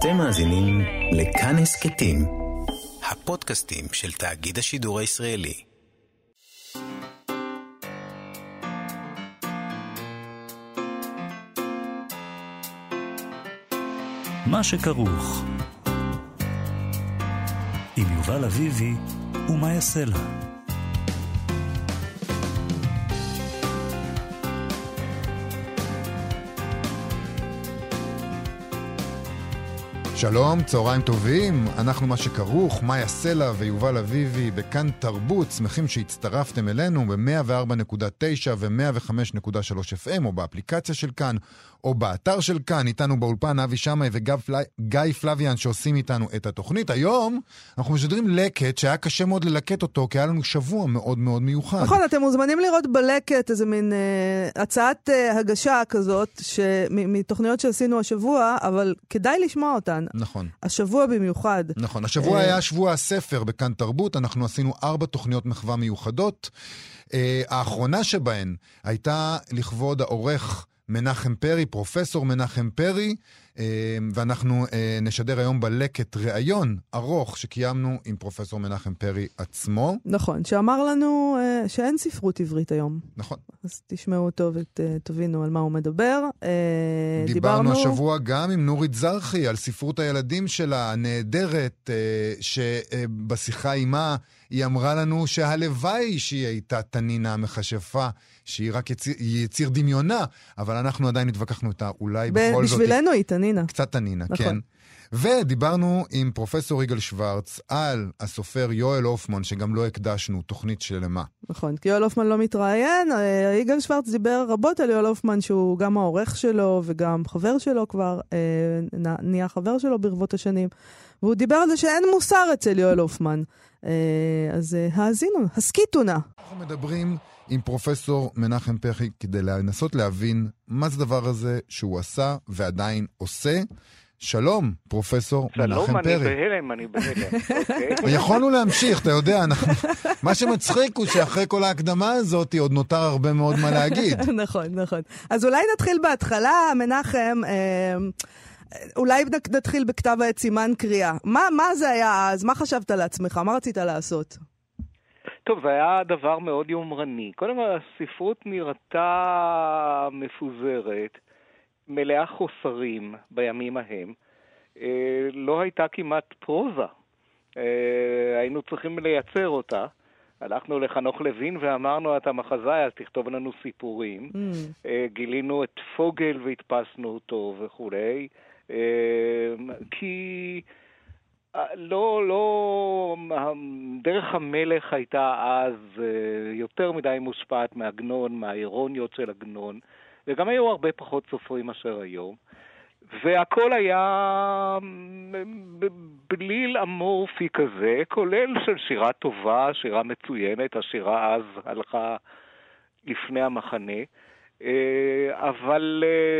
אתם מאזינים לכאן הסכתים, הפודקאסטים של תאגיד השידור הישראלי. מה שכרוך עם יובל אביבי ומה יעשה לה. שלום, צהריים טובים, אנחנו מה שכרוך, מאיה סלע ויובל אביבי בכאן תרבות, שמחים שהצטרפתם אלינו ב-104.9 ו-105.3 FM או באפליקציה של כאן או באתר של כאן. איתנו באולפן אבי שמאי וגיא פלוויאן שעושים איתנו את התוכנית. היום אנחנו משדרים לקט שהיה קשה מאוד ללקט אותו, כי היה לנו שבוע מאוד מאוד מיוחד. נכון, אתם מוזמנים לראות בלקט איזה מין הצעת הגשה כזאת מתוכניות שעשינו השבוע, אבל כדאי לשמוע אותן. נכון. השבוע במיוחד. נכון, השבוע היה שבוע הספר בכאן תרבות, אנחנו עשינו 4 תוכניות מחווה מיוחדות. האחרונה שבהן הייתה לכבוד העורך מנחם פרי, פרופסור מנחם פרי, ואנחנו נשדר היום בלקט ראיון ארוך שקיימנו עם פרופסור מנחם פרי עצמו. נכון, שאמר לנו שאין ספרות עברית היום. נכון. אז תשמעו אותו ותבינו על מה הוא מדבר. דיברנו השבוע גם עם נורית זרחי על ספרות הילדים שלה, הנהדרת, שבשיחה עימה היא אמרה לנו שהלוואי שהיא הייתה תנינה המכשפה, שהיא רק יציר דמיונה, אבל אנחנו עדיין התווכחנו אותה, אולי בכל זאת... בשבילנו היא תנינה. קצת תנינה, נכון. כן. ודיברנו עם פרופסור יגאל שוורץ על הסופר יואל הופמן, שגם לא הקדשנו תוכנית שלמה. נכון, כי יואל הופמן לא מתראיין, יגאל שוורץ דיבר רבות על יואל הופמן, שהוא גם העורך שלו וגם חבר שלו כבר, נהיה חבר שלו ברבות השנים, והוא דיבר על זה שאין מוסר אצל יואל הופמן. אז האזינו, הסכיתו נא. אנחנו מדברים עם פרופסור מנחם פרי כדי לנסות להבין מה זה דבר הזה שהוא עשה ועדיין עושה. שלום, פרופסור מנחם פרי. שלום, אני בהלם. יכולנו להמשיך, אתה יודע, מה שמצחיק הוא שאחרי כל ההקדמה הזאת עוד נותר הרבה מאוד מה להגיד. נכון, נכון. אז אולי נתחיל בהתחלה, מנחם, אולי נתחיל בכתב העת סימן קריאה. מה זה היה אז? מה חשבת לעצמך? מה רצית לעשות? טוב, זה היה דבר מאוד יומרני. קודם כל, הספרות נראתה מפוזרת, מלאה חוסרים בימים ההם. לא הייתה כמעט פרוזה. היינו צריכים לייצר אותה. הלכנו לחנוך לוין ואמרנו, אתה מחזאי, אז תכתוב לנו סיפורים. גילינו את פוגל והדפסנו אותו וכו'. כי דרך המלך הייתה אז יותר מדי מושפעת מעגנון, מהאירוניות של עגנון, וגם היו הרבה פחות סופרים מאשר היום, והכל היה בליל אמורפי כזה, כולל של שירה טובה, שירה מצוינת, השירה אז הלכה לפני המחנה, אבל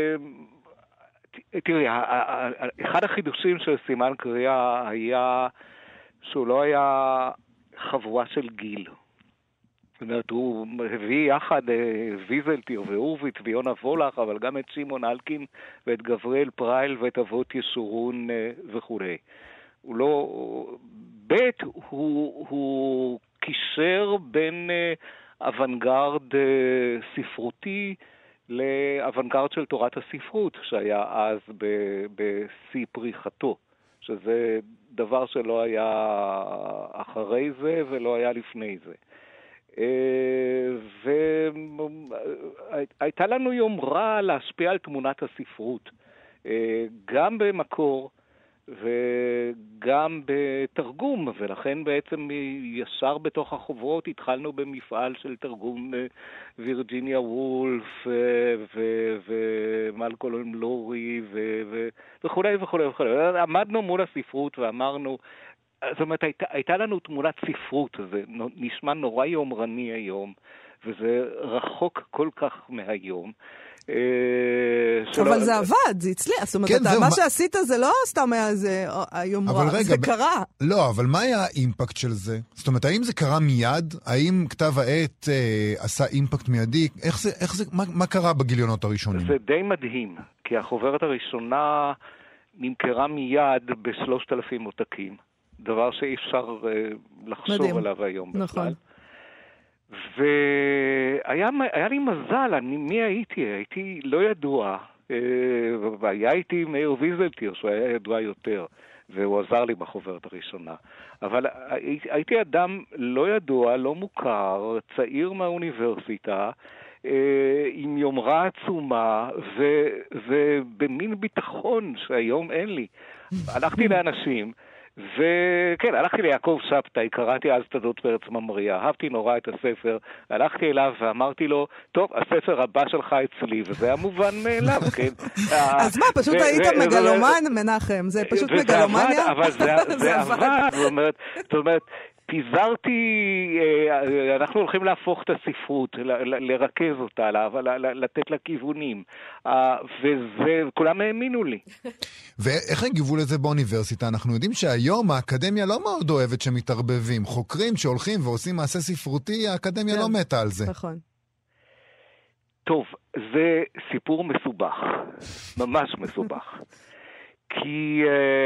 תראי, אחד החידושים של סימן קריאה היה שהוא לא היה חבורה של גיל. זאת אומרת, הוא הביא יחד ויזלטיר והורוביץ ויונה וולך, אבל גם את שמעון אלקין ואת גבריאל פרייל ואת אבות ישורון וכו'. הוא לא... בית הוא קישר בין אוונגרד ספרותי לאוונגרד של תורת הספרות, שהיה אז בשיא פריחתו, שזה דבר שלא היה אחרי זה ולא היה לפני זה. והייתה לנו יומרה להשפיע על תמונת הספרות, גם במקור וגם בתרגום, ולכן בעצם ישר בתוך החוברות התחלנו במפעל של תרגום וירג'יניה וולף ומלקולם לורי וכו' וכו' וכו'. עמדנו מול הספרות ואמרנו, זאת אומרת, הייתה לנו תמונת ספרות, זה נשמע נורא יומרני היום, וזה רחוק כל כך מהיום. אבל זה עבד, זה הצליח. זאת אומרת, מה שעשית זה לא סתם היה היומרה, זה קרה. לא, אבל מה היה האימפקט של זה? זאת אומרת, האם זה קרה מיד? האם כתב העת עשה אימפקט מיידי? מה קרה בגיליונות הראשונים? זה די מדהים, כי החוברת הראשונה נמכרה מיד ב3,000 עותקים, דבר שאי אפשר לחשוב מדהים. עליו היום נכון. בכלל. והיה לי מזל, מי הייתי לא ידוע, והיה איתי מאיר ויזלטיר, שהוא היה ידוע יותר, והוא עזר לי בחוברת הראשונה. אבל הייתי אדם לא ידוע, לא מוכר, צעיר מהאוניברסיטה, עם יומרה עצומה, ובמין ביטחון שהיום אין לי. הלכתי לאנשים, וכן, הלכתי ליעקב שבתאי, קראתי אז תולדות פרץ ממריא, אהבתי נורא את הספר, הלכתי אליו ואמרתי לו, טוב, הספר הבא שלך אצלי, וזה היה מובן מאליו, כן? אז מה, פשוט היית מגלומן, מנחם, זה פשוט מגלומניה? אבל זה עבד, זאת אומרת, פיזרתי, אנחנו הולכים להפוך את הספרות, לרכז אותה, לתת לה כיוונים, וזה, כולם האמינו לי. ואיך הגיבו לזה באוניברסיטה? אנחנו יודעים שהיום האקדמיה לא מאוד אוהבת שמתערבבים. חוקרים שהולכים ועושים מעשה ספרותי, האקדמיה לא מתה על זה. נכון. טוב, זה סיפור מסובך, ממש מסובך. כי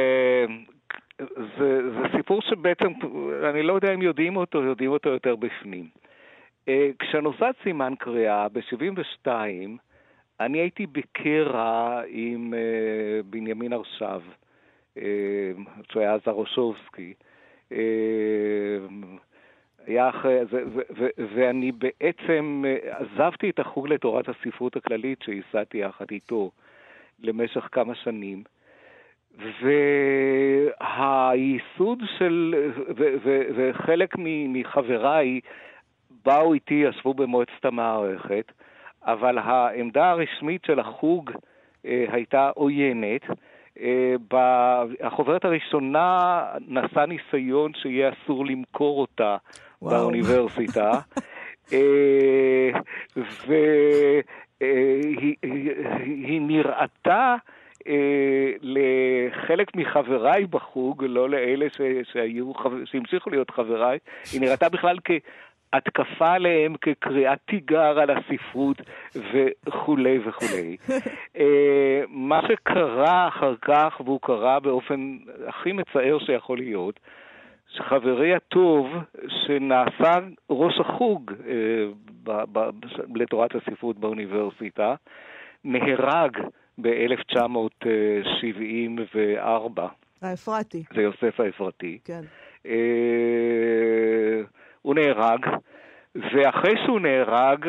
זה סיפור שבעצם, אני לא יודע אם יודעים אותו יותר בפנים. כשנוסד סימן קריאה ב-72, אני הייתי בקרע עם בנימין הרשב, שהיה זרושובסקי, ואני בעצם עזבתי את החוג לתורת הספרות הכללית שהסעתי יחד איתו למשך כמה שנים, והייסוד וחלק מחבריי באו איתי, ישבו במועצת המערכת, אבל העמדה הרשמית של החוג הייתה עוינת. החוברת הראשונה נעשה ניסיון שיהיה אסור למכור אותה באוניברסיטה, והיא נראתה לחלק מחבריי בחוג, לא לאלה שהמשיכו להיות חבריי, היא נראתה בכלל התקפה עליהם, כקריאת תיגר על הספרות וכולי וכולי. מה שקרה אחר כך, והוא קרה באופן הכי מצער שיכול להיות, שחברי הטוב, שנעשה ראש החוג לתורת הספרות באוניברסיטה, נהרג ב-1974. האפרתי. זה יוסף האפרתי. כן. הוא נהרג, ואחרי שהוא נהרג,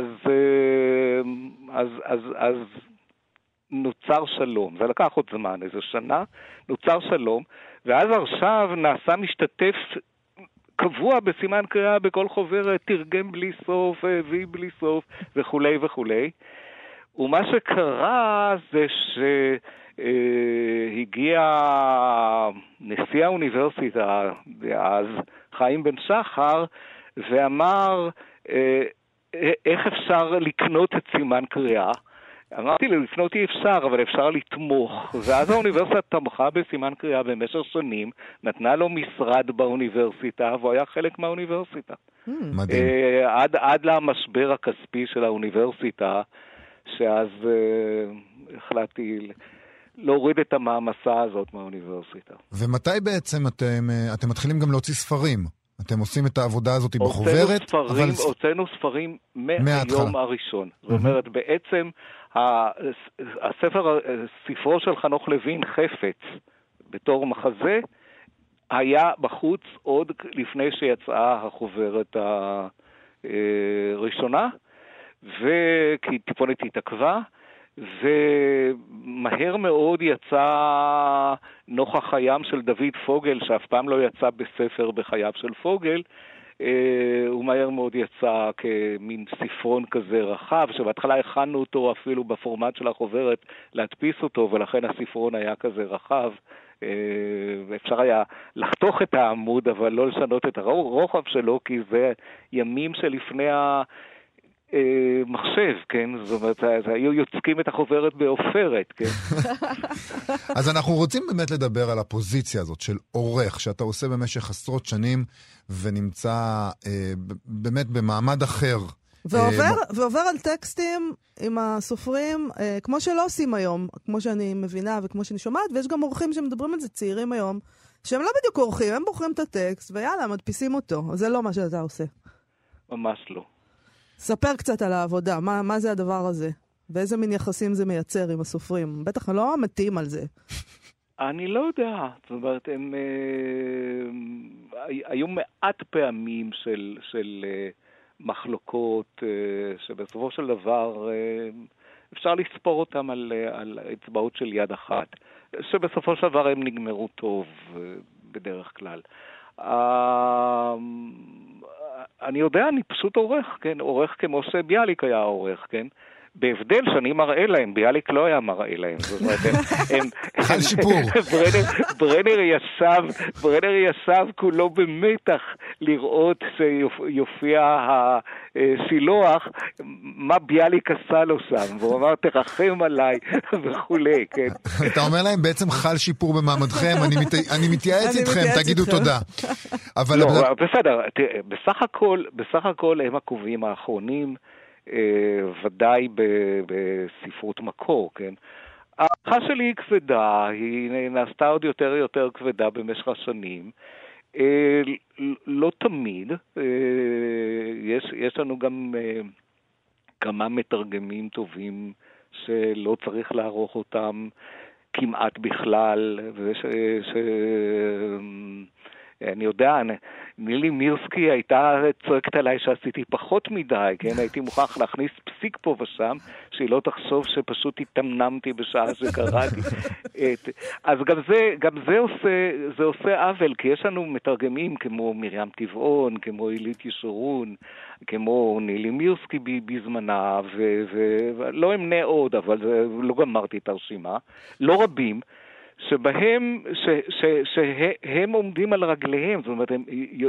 אז נוצר שלום. זה לקח עוד זמן, איזו שנה, נוצר שלום, ואז הרשב נעשה משתתף קבוע בסימן קריאה בכל חוברת, תרגם בלי סוף, הביא בלי סוף, וכולי וכולי. ומה שקרה זה שהגיע נשיא האוניברסיטה אז, חיים בן שחר, ואמר, איך אפשר לקנות את סימן קריאה? אמרתי לו, לקנות אי אפשר, אבל אפשר לתמוך. ואז האוניברסיטה תמכה בסימן קריאה במשך שנים, נתנה לו משרד באוניברסיטה, והוא היה חלק מהאוניברסיטה. מדהים. עד למשבר הכספי של האוניברסיטה, שאז החלטתי להוריד את המעמסה הזאת מהאוניברסיטה. ומתי בעצם אתם מתחילים גם להוציא ספרים? אתם עושים את העבודה הזאת בחוברת? הוצאנו ספרים מהיום הראשון. זאת אומרת, בעצם ספרו של חנוך לוין, חפץ, בתור מחזה, היה בחוץ עוד לפני שיצאה החוברת הראשונה, וכי טיפונת התעכבה, ומהר מאוד יצא נוכח חיים של דוד פוגל, שאף פעם לא יצא בספר בחייו של פוגל, הוא מהר מאוד יצא כמין ספרון כזה רחב, שבהתחלה הכנו אותו אפילו בפורמט של החוברת להדפיס אותו, ולכן הספרון היה כזה רחב, ואפשר היה לחתוך את העמוד, אבל לא לשנות את הרוחב שלו, כי זה ימים שלפני מחשב, כן? זאת אומרת, היו יוצקים את החוברת באופרת, כן? אז אנחנו רוצים באמת לדבר על הפוזיציה הזאת של עורך, שאתה עושה במשך עשרות שנים, ונמצא באמת במעמד אחר. ועובר על טקסטים עם הסופרים, כמו שלא עושים היום, כמו שאני מבינה וכמו שאני שומעת, ויש גם עורכים שמדברים על זה, צעירים היום, שהם לא בדיוק עורכים, הם בוחרים את הטקסט, ויאללה, מדפיסים אותו. זה לא מה שאתה עושה. ממש לא. ספר קצת על העבודה, מה זה הדבר הזה? ואיזה מין יחסים זה מייצר עם הסופרים? בטח לא מתאים על זה. אני לא יודע. זאת אומרת, היו מעט פעמים של מחלוקות, שבסופו של דבר אפשר לספור אותם על אצבעות של יד אחת, שבסופו של דבר הם נגמרו טוב בדרך כלל. אני יודע, אני פשוט עורך, כן? עורך כמו שביאליק היה עורך, כן? בהבדל שאני מראה להם, ביאליק לא היה מראה להם. זאת אומרת, חל שיפור. ברנר ישב כולו במתח לראות שיופיע השילוח, מה ביאליק עשה לו שם, והוא אמר, תרחם עליי, וכולי, כן. אתה אומר להם, בעצם חל שיפור במעמדכם, אני מתייעץ איתכם, תגידו תודה. לא, בסדר, בסך הכל הם הקובעים האחרונים, ודאי בספרות מקור, כן? הערכה שלי היא כבדה, היא נעשתה עוד יותר כבדה במשך השנים. לא תמיד, יש לנו גם כמה מתרגמים טובים שלא צריך לערוך אותם כמעט בכלל, אני יודע, נילי מירסקי הייתה צועקת עליי שעשיתי פחות מדי, כן? הייתי מוכרח להכניס פסיק פה ושם, שהיא לא תחשוב שפשוט התאמנמתי בשעה שקראתי. אז גם זה עושה עוול, כי יש לנו מתרגמים כמו מרים טבעון, כמו אילית ישורון, כמו נילי מירסקי בזמנה, ולא אמנה עוד, אבל לא גמרתי את הרשימה, לא רבים, שהם עומדים על רגליהם, זאת אומרת, הם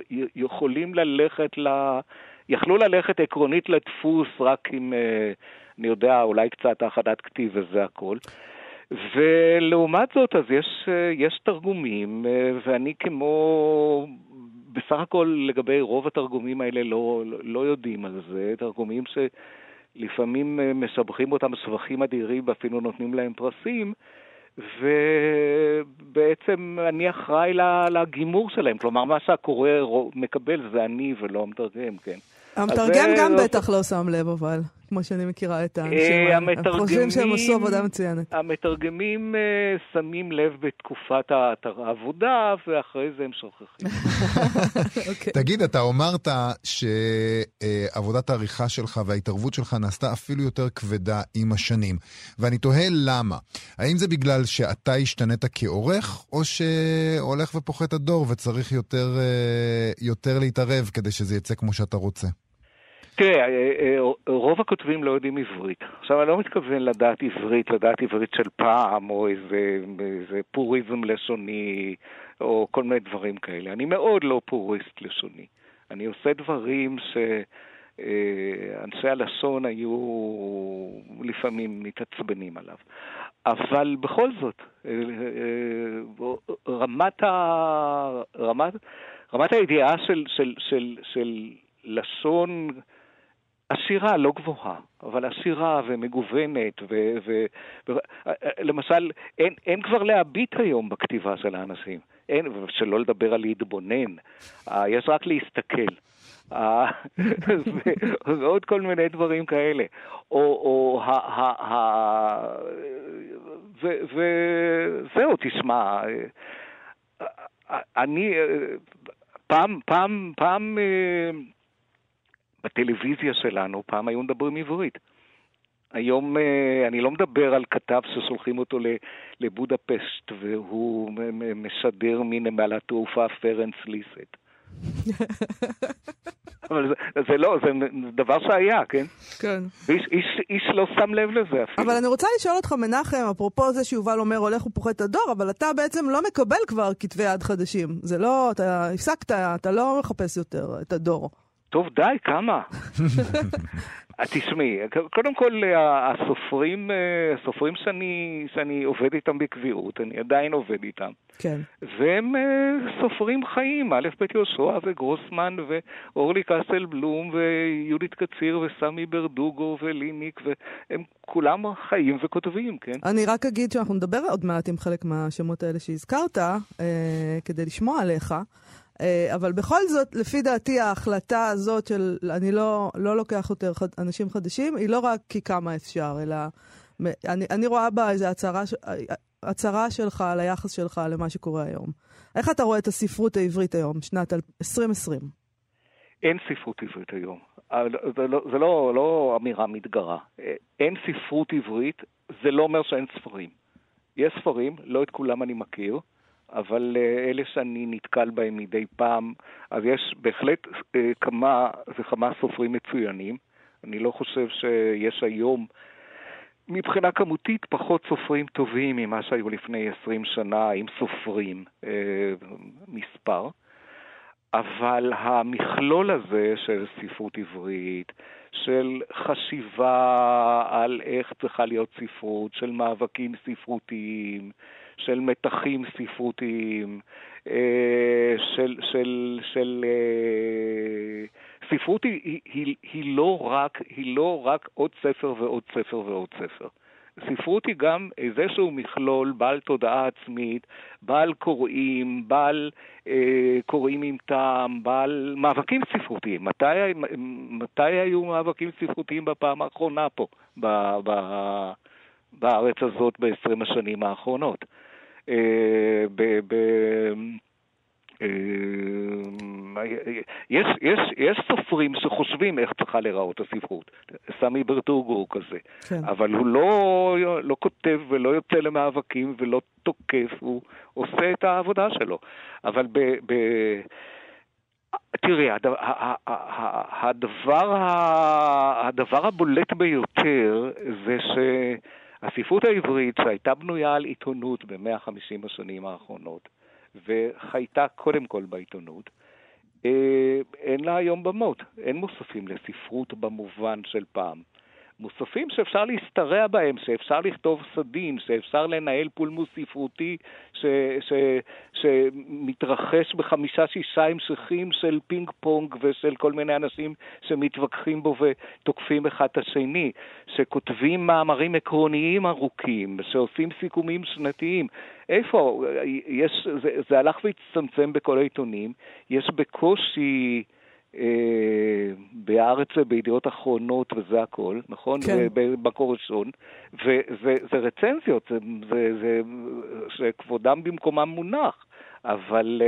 יכלו ללכת עקרונית לדפוס רק עם, אני יודע, אולי קצת האחדת כתיב וזה הכל. ולעומת זאת, אז יש תרגומים, ואני כמו, בסך הכל לגבי רוב התרגומים האלה לא יודעים על זה, תרגומים שלפעמים משבחים אותם שבחים אדירים, ואפילו נותנים להם פרסים, ובעצם אני אחראי לגימור שלהם, כלומר מה שהקורא מקבל זה אני ולא המתרגם, כן. המתרגם גם בטח לא שם לב, אבל כמו שאני מכירה את האנשים, הם חושבים שהם עשו עבודה מצוינת. המתרגמים שמים לב בתקופת העבודה, ואחרי זה הם שוכחים. תגיד, אתה אמרת שעבודת העריכה שלך וההתערבות שלך נעשתה אפילו יותר כבדה עם השנים, ואני תוהה למה. האם זה בגלל שאתה השתנית כעורך, או שהולך ופוחת הדור וצריך יותר להתערב כדי שזה יצא כמו שאתה רוצה? תראה, רוב הכותבים לא יודעים עברית. עכשיו, אני לא מתכוון לדעת עברית של פעם, או איזה פוריזם לשוני, או כל מיני דברים כאלה. אני מאוד לא פוריסט לשוני. אני עושה דברים שאנשי הלשון היו לפעמים מתעצבנים עליו. אבל בכל זאת, רמת הידיעה של לשון עשירה, לא גבוהה, אבל עשירה ומגוונת, למשל, אין כבר להביט היום בכתיבה של האנשים, שלא לדבר על להתבונן, יש רק להסתכל, ועוד כל מיני דברים כאלה, וזהו, תשמע, אני, פעם, בטלוויזיה שלנו, פעם היו מדברים עברית. היום אני לא מדבר על כתב ששולחים אותו לבודפשט, והוא משדר מנמל התעופה פרנס ליסט. אבל זה לא, זה דבר שהיה, כן? כן. איש לא שם לב לזה אפילו. אבל אני רוצה לשאול אותך, מנחם, אפרופו זה שיובל אומר הולך ופוחת את הדור, אבל אתה בעצם לא מקבל כבר כתבי יד חדשים. זה לא, אתה הפסקת, אתה לא מחפש יותר את הדור. טוב, די, כמה? תשמעי, קודם כל הסופרים שאני עובד איתם בקביעות, אני עדיין עובד איתם. כן. והם סופרים חיים, א' ב' יהושע וגרוסמן ואורלי קסל בלום ויהודית קציר וסמי ברדוגו וליניק, והם כולם חיים וכותבים, כן? אני רק אגיד שאנחנו נדבר עוד מעט עם חלק מהשמות האלה שהזכרת, כדי לשמוע עליך. אבל בכל זאת, לפי דעתי, ההחלטה הזאת של אני לא לוקח יותר אנשים חדשים, היא לא רק כי כמה אפשר, אלא אני רואה בה איזו הצהרה שלך על היחס שלך למה שקורה היום. איך אתה רואה את הספרות העברית היום, שנת 2020? אין ספרות עברית היום. זה לא אמירה מתגרה. אין ספרות עברית, זה לא אומר שאין ספרים. יש ספרים, לא את כולם אני מכיר, אבל אלה שאני נתקל בהם מדי פעם, אז יש בהחלט כמה סופרים מצוינים. אני לא חושב שיש היום, מבחינה כמותית, פחות סופרים טובים ממה שהיו לפני 20 שנה, עם סופרים מספר. אבל המכלול הזה של ספרות עברית, של חשיבה על איך צריכה להיות ספרות, של מאבקים ספרותיים, של מתחים ספרותיים, של ספרות היא לא רק עוד ספר ועוד ספר ועוד ספר. ספרות היא גם איזשהו מכלול בעל תודעה עצמית, בעל קוראים, בעל קוראים עם טעם, בעל מאבקים ספרותיים. מתי היו מאבקים ספרותיים בפעם האחרונה פה, בארץ הזאת ב-20 השנים האחרונות? יש סופרים שחושבים איך צריכה להיראות הספרות. סמי ברדוגו הוא כזה. כן. אבל הוא לא כותב ולא יוצא למאבקים ולא תוקף, הוא עושה את העבודה שלו. אבל תראי, הדבר הבולט ביותר זה שהספרות העברית שהייתה בנויה על עיתונות ב-150 השנים האחרונות, וחייתה קודם כל בעיתונות, אין לה היום במות. אין מוספים לספרות במובן של פעם. מוספים שאפשר להסתרע בהם, שאפשר לכתוב סדין, שאפשר לנהל פולמוס ספרותי שמתרחש ב5-6 המשכים של פינג פונג ושל כל מיני אנשים שמתווכחים בו ותוקפים אחד את השני, שכותבים מאמרים עקרוניים ארוכים, שעושים סיכומים שנתיים. איפה? זה הלך והצטמצם בכל העיתונים. יש בקושי בארץ ובידיעות אחרונות וזה הכל, נכון? כן. ובקור ראשון, וזה רצנזיות, שכבודם במקומם מונח, אבל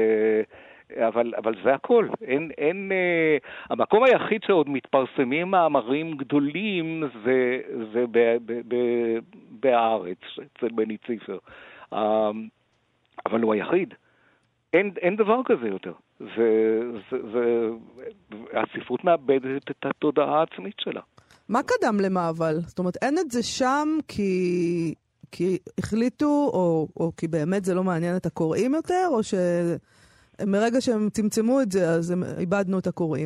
זה הכל. אין, המקום היחיד שעוד מתפרסמים מאמרים גדולים זה בארץ, אצל בני ציפר. אבל הוא היחיד. אין דבר כזה יותר. הספרות מאבדת את התודעה העצמית שלה. מה קדם למעבל? זאת אומרת, אין את זה שם כי החליטו, או כי באמת זה לא מעניין את הקוראים יותר, או שמרגע שהם צמצמו את זה, אז הם איבדנו את הקוראים?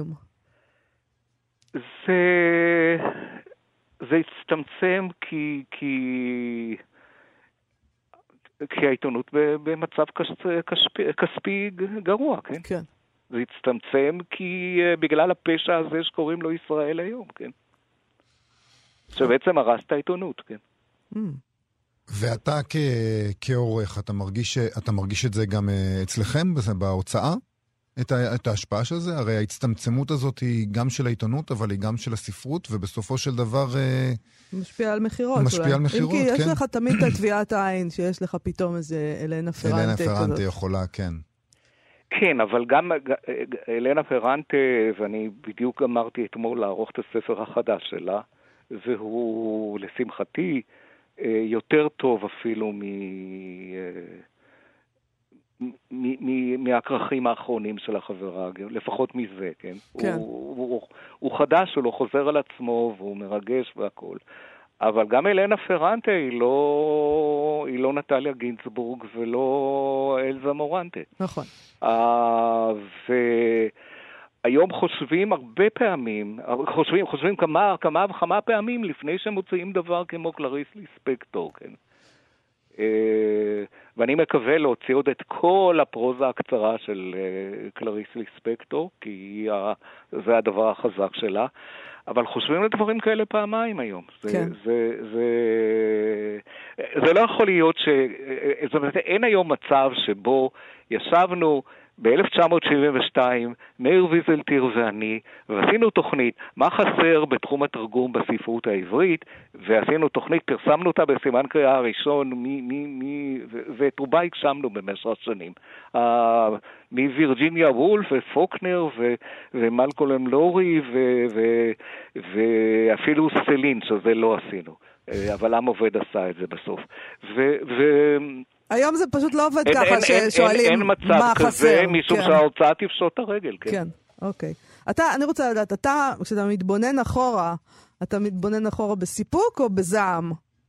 זה הצטמצם כי העיתונות במצב כספי גרוע, כן? כן. זה הצטמצם כי בגלל הפשע הזה שקוראים לו ישראל היום, כן? שבעצם הרס את העיתונות, כן. ואתה כעורך, אתה מרגיש את זה גם אצלכם בהוצאה? את ההשפעה של זה? הרי ההצטמצמות הזאת היא גם של העיתונות, אבל היא גם של הספרות, ובסופו של דבר משפיע על מחירות. משפיע על מחירות, כן. אם כי יש לך תמיד את טביעת העין, שיש לך פתאום איזה אלנה פרנטה. אלנה פרנטה יכולה, כן. כן, אבל גם אלנה פרנטה, ואני בדיוק אמרתי אתמול לערוך את הספר החדש שלה, והוא לשמחתי יותר טוב אפילו מהכרכים האחרונים של החברה, לפחות מזה, כן? כן. הוא חדש, הוא לא חוזר על עצמו, והוא מרגש והכל. אבל גם אלנה פרנטה היא לא נטליה גינצבורג ולא אלזה מורנטה. נכון. היום חושבים הרבה פעמים, חושבים כמה וכמה פעמים לפני שמוצאים דבר כמו קלריס ליספקטור, כן? ואני מקווה להוציא עוד את כל הפרוזה הקצרה של קלריס ליספקטור, כי זה הדבר החזק שלה, אבל חושבים על דברים כאלה פעמיים היום. כן. זה לא יכול להיות זאת אומרת, אין היום מצב שבו ישבנו ב-1972, מאיר ויזלטיר ואני, ועשינו תוכנית, מה חסר בתחום התרגום בספרות העברית, ועשינו תוכנית, פרסמנו אותה בסימן קריאה הראשון, ואת רובה הגשמנו במשך שנים. מווירג'יניה וולף ופוקנר ומלקולם לורי ואפילו סלין, שזה לא עשינו. אבל עם עובד עשה את זה בסוף. היום זה פשוט לא עובד ככה ששואלים אין מצב כזה, משום שההוצאה תפשוט את הרגל. כן, אוקיי. אני רוצה לדעת, כשאתה מתבונן אחורה, אתה מתבונן אחורה בסיפוק או בזעם?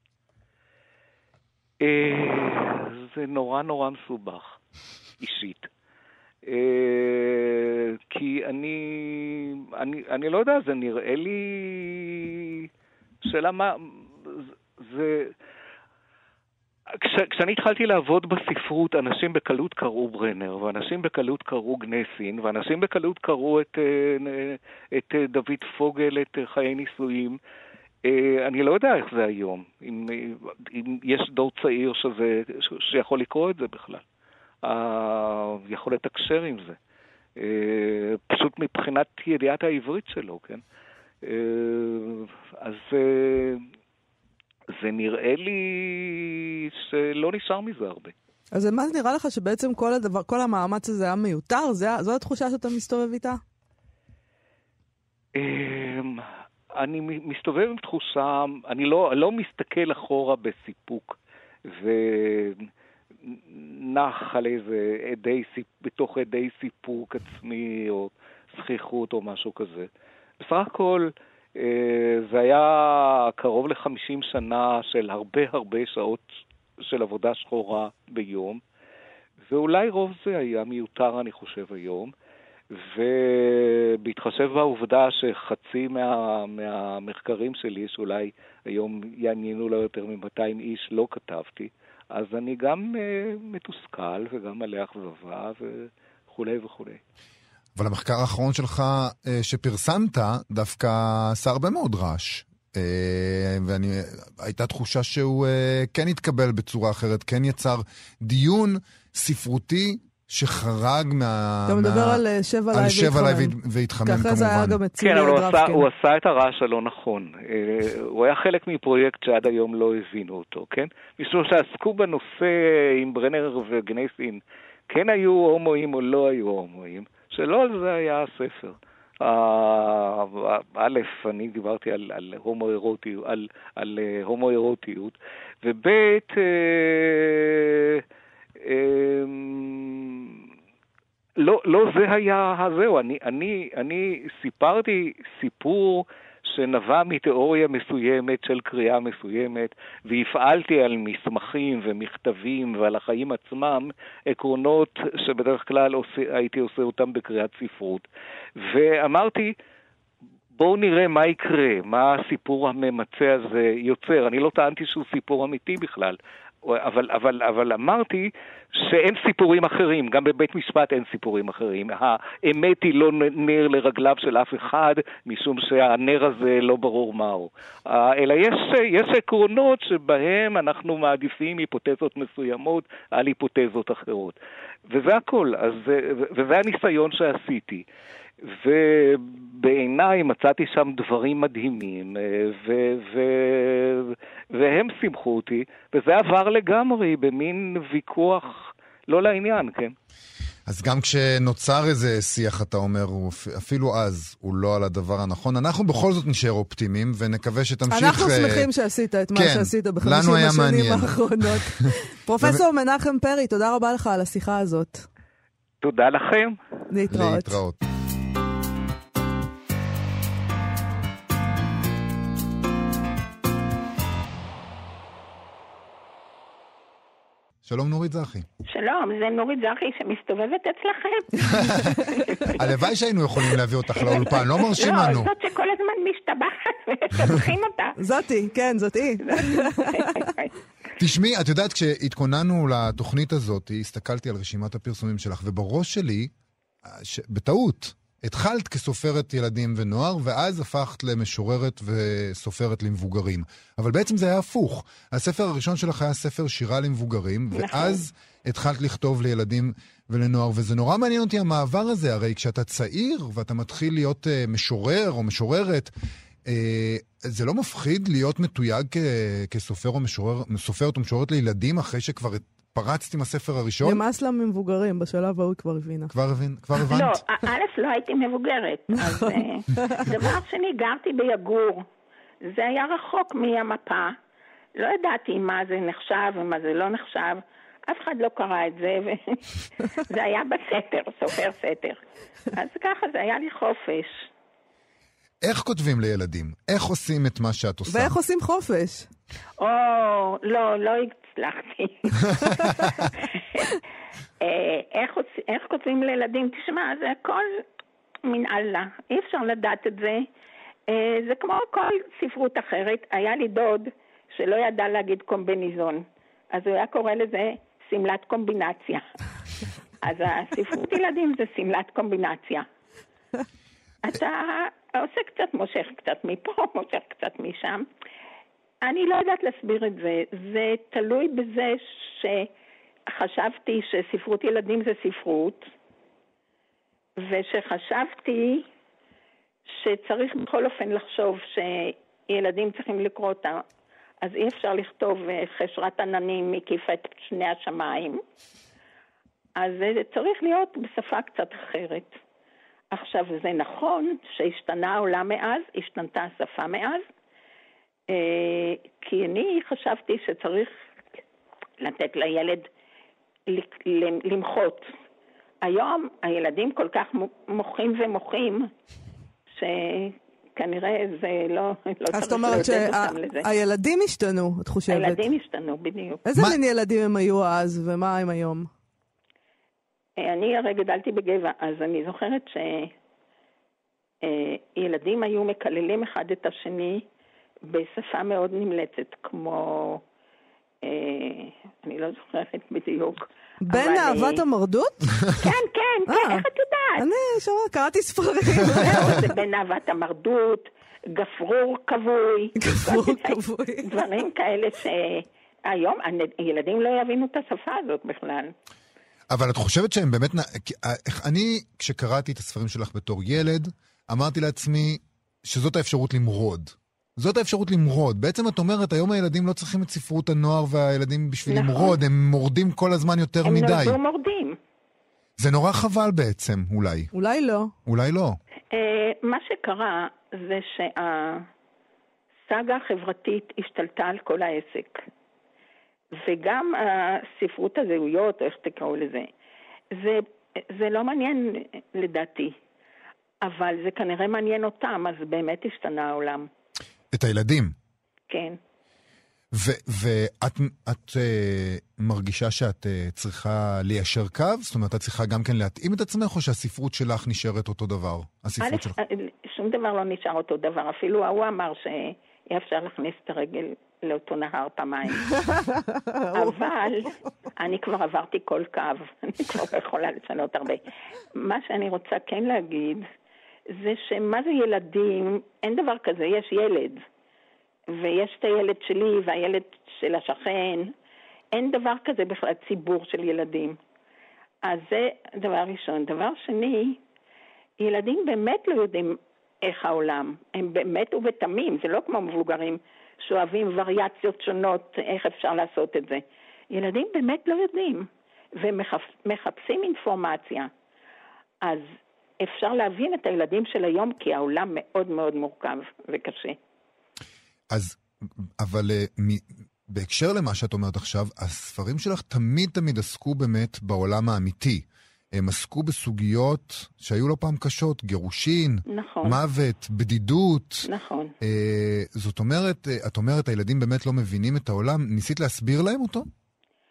זה נורא נורא מסובך, אישית. כי אני לא יודע, זה נראה לי שאלה מה... כשאני התחלתי לעבוד בספרות, אנשים בקלות קראו ברנר, ואנשים בקלות קראו גנסין, ואנשים בקלות קראו את דוד פוגל, את חיי נישואים. אני לא יודע איך זה היום, אם יש דור צעיר שיכול לקרוא את זה בכלל. יכול לתקשר עם זה. פשוט מבחינת ידיעת העברית שלו, כן? אז... זה נראה לי שלא נשאר מזה הרבה. אז מה זה נראה לך שבעצם כל המאמץ הזה היה מיותר? זו התחושה שאתה מסתובב איתה? אני מסתובב עם תחושה, אני לא מסתכל אחורה בסיפוק, ונח על איזה בתוך עדי סיפוק עצמי, או שכיחות או משהו כזה. בסך הכל, זה היה קרוב ל-50 שנה של הרבה שעות של עבודה שחורה ביום, ואולי רוב זה היה מיותר, אני חושב, היום, ובהתחשב בעובדה שחצי מהמחקרים שלי, שאולי היום יעניינו לו יותר מ-200 איש, לא כתבתי, אז אני גם מתוסכל וגם מלא אכזבה וכו' וכו'. אבל המחקר האחרון שלך שפרסמת דווקא עשה הרבה מאוד רעש. והייתה תחושה שהוא כן התקבל בצורה אחרת, כן יצר דיון ספרותי שחרג אתה מדבר על שבע עליי והתחמם כמובן. ככה זה היה גם אצלי. כן, אבל הוא עשה את הרעש הלא נכון. הוא היה חלק מפרויקט שעד היום לא הבינו אותו, כן? משום שעסקו בנושא עם ברנר וגנסין, כן היו הומואים או לא היו הומואים. שלא על זה היה הספר. א', אני דיברתי על הומואירוטיות, וב', לא זה היה הזהו. אני סיפרתי סיפור שנבע מתיאוריה מסוימת של קריאה מסוימת, והפעלתי על מסמכים ומכתבים ועל החיים עצמם עקרונות שבדרך כלל הייתי עושה אותם בקריאת ספרות. ואמרתי, בואו נראה מה יקרה, מה הסיפור הממצא הזה יוצר. אני לא טענתי שהוא סיפור אמיתי בכלל, אבל אמרתי שאין סיפורים אחרים, גם בבית משפט אין סיפורים אחרים. האמת היא לא נר לרגליו של אף אחד, משום שהנר הזה לא ברור מהו. אלא יש עקרונות שבהם אנחנו מעדיפים היפותזות מסוימות על היפותזות אחרות. וזה הכל, וזה הניסיון שעשיתי. ובעיניי מצאתי שם דברים מדהימים, והם שמחו אותי, וזה עבר לגמרי במין ויכוח לא לעניין, כן? אז גם כשנוצר איזה שיח, אתה אומר, אפילו אז הוא לא על הדבר הנכון, אנחנו בכל זאת נשאר אופטימיים, ונקווה שתמשיך... אנחנו שמחים שעשית את מה שעשית ב-50 השנים האחרונות. פרופסור מנחם פרי, תודה רבה לך על השיחה הזאת. תודה לכם. להתראות. שלום נורית זרחי. שלום, זה נורית זרחי שמסתובבת אצלכם. הלוואי שהיינו יכולים להביא אותך לאולפן, לא מרשים לנו. לא, זאת שכל הזמן משתבחת ושבחים אותה. זאתי, כן, זאתי. תשמעי, את יודעת, כשהתכוננו לתוכנית הזאת, הסתכלתי על רשימת הפרסומים שלך, ובראש שלי, בטעות, התחלת כסופרת ילדים ונוער, ואז הפכת למשוררת וסופרת למבוגרים. אבל בעצם זה היה הפוך. הספר הראשון שלך היה ספר שירה למבוגרים, ואז התחלת לכתוב לילדים ולנוער, וזה נורא מעניין אותי המעבר הזה, הרי כשאתה צעיר ואתה מתחיל להיות משורר או משוררת, זה לא מפחיד להיות מתויג כסופר או סופרת או משוררת לילדים אחרי שכבר פרצת עם הספר הראשון? נמאס לה ממבוגרים, בשלב ההוא היא כבר הבינה. כבר הבנת? לא, א', לא הייתי מבוגרת. אז דבר שני, גרתי ביגור. זה היה רחוק מהמפה. לא ידעתי מה זה נחשב ומה זה לא נחשב. אף אחד לא קרא את זה, וזה היה בסתר, סופר סתר. אז ככה, זה היה לי חופש. איך כותבים לילדים? איך עושים את מה שאת עושה? ואיך עושים חופש? לא הצלחתי. איך כותבים לילדים? תשמע, זה הכל מנהלה. אי אפשר לדעת את זה. זה כמו כל ספרות אחרת. היה לי דוד שלא ידע להגיד קומביניזון. אז הוא היה קורא לזה סמלת קומבינציה. אז הספרות ילדים זה סמלת קומבינציה. אתה עושה קצת, מושך קצת מפה, מושך קצת משם. אני לא יודעת להסביר את זה. זה תלוי בזה שחשבתי שספרות ילדים זה ספרות, ושחשבתי שצריך בכל אופן לחשוב שילדים צריכים לקרוא אותה. אז אי אפשר לכתוב חשרת עננים מקיף את שני השמיים. אז זה צריך להיות בשפה קצת אחרת. עכשיו, זה נכון שהשתנה העולם מאז, השתנתה השפה מאז, כי אני חשבתי שצריך לתת לילד למחות. היום הילדים כל כך מוחים ומוחים, שכנראה זה לא אז זאת אומרת שהילדים השתנו, את חושבת? הילדים השתנו, בדיוק. איזה מין ילדים הם היו אז, ומה הם היום? אני הרי גדלתי בגבע, אז אני זוכרת שילדים היו מקללים אחד את השני בשפה מאוד נמלצת, כמו, אני לא זוכרת בדיוק. בין אהבת המרדות? כן, איך את יודעת? אני שומעת, קראתי ספרים. זה בין אהבת המרדות, גפרור כבוי. דברים כאלה שהיום ילדים לא יבינו את השפה הזאת בכלל. אבל את חושבת שהם באמת... אני, כשקראתי את הספרים שלך בתור ילד, אמרתי לעצמי שזאת האפשרות למרוד. זאת האפשרות למרוד. בעצם את אומרת, היום הילדים לא צריכים את ספרות הנוער והילדים בשביל למרוד, הם מורדים כל הזמן יותר מדי. הם נולדו מורדים. זה נורא חבל בעצם, אולי. אולי לא. אולי לא. מה שקרה זה שהסאגה החברתית השתלטה על כל העסק. וגם הספרות הזהויות, או איך תקראו לזה, זה לא מעניין לדעתי, אבל זה כנראה מעניין אותם, אז באמת השתנה העולם. את הילדים? כן. ואת מרגישה שאת צריכה ליישר קו? זאת אומרת, את צריכה גם כן להתאים את עצמך, או שהספרות שלך נשארת אותו דבר? שום דבר לא נשאר אותו דבר. אפילו הוא אמר שאי אפשר להכניס את הרגל לאותו נהר פעמיים. אבל אני כבר עברתי כל קו. אני כבר לא יכולה לשנות הרבה. מה שאני רוצה כן להגיד, זה שמה זה ילדים? אין דבר כזה, יש ילד. ויש את הילד שלי והילד של השכן. אין דבר כזה בכלל ציבור של ילדים. אז זה דבר ראשון. דבר שני, ילדים באמת לא יודעים איך העולם. הם באמת ובתמים. זה לא כמו מבוגרים שאוהבים וריאציות שונות, איך אפשר לעשות את זה. ילדים באמת לא יודעים. ומחפשים אינפורמציה. אז אפשר להבין את הילדים של היום, כי העולם מאוד מאוד מורכב וקשה. אז, אבל בהקשר למה שאת אומרת עכשיו, הספרים שלך תמיד עסקו באמת בעולם האמיתי. הם עסקו בסוגיות שהיו לא פעם קשות, גירושין, נכון. מוות, בדידות. נכון. זאת אומרת, את אומרת, הילדים באמת לא מבינים את העולם. ניסית להסביר להם אותו?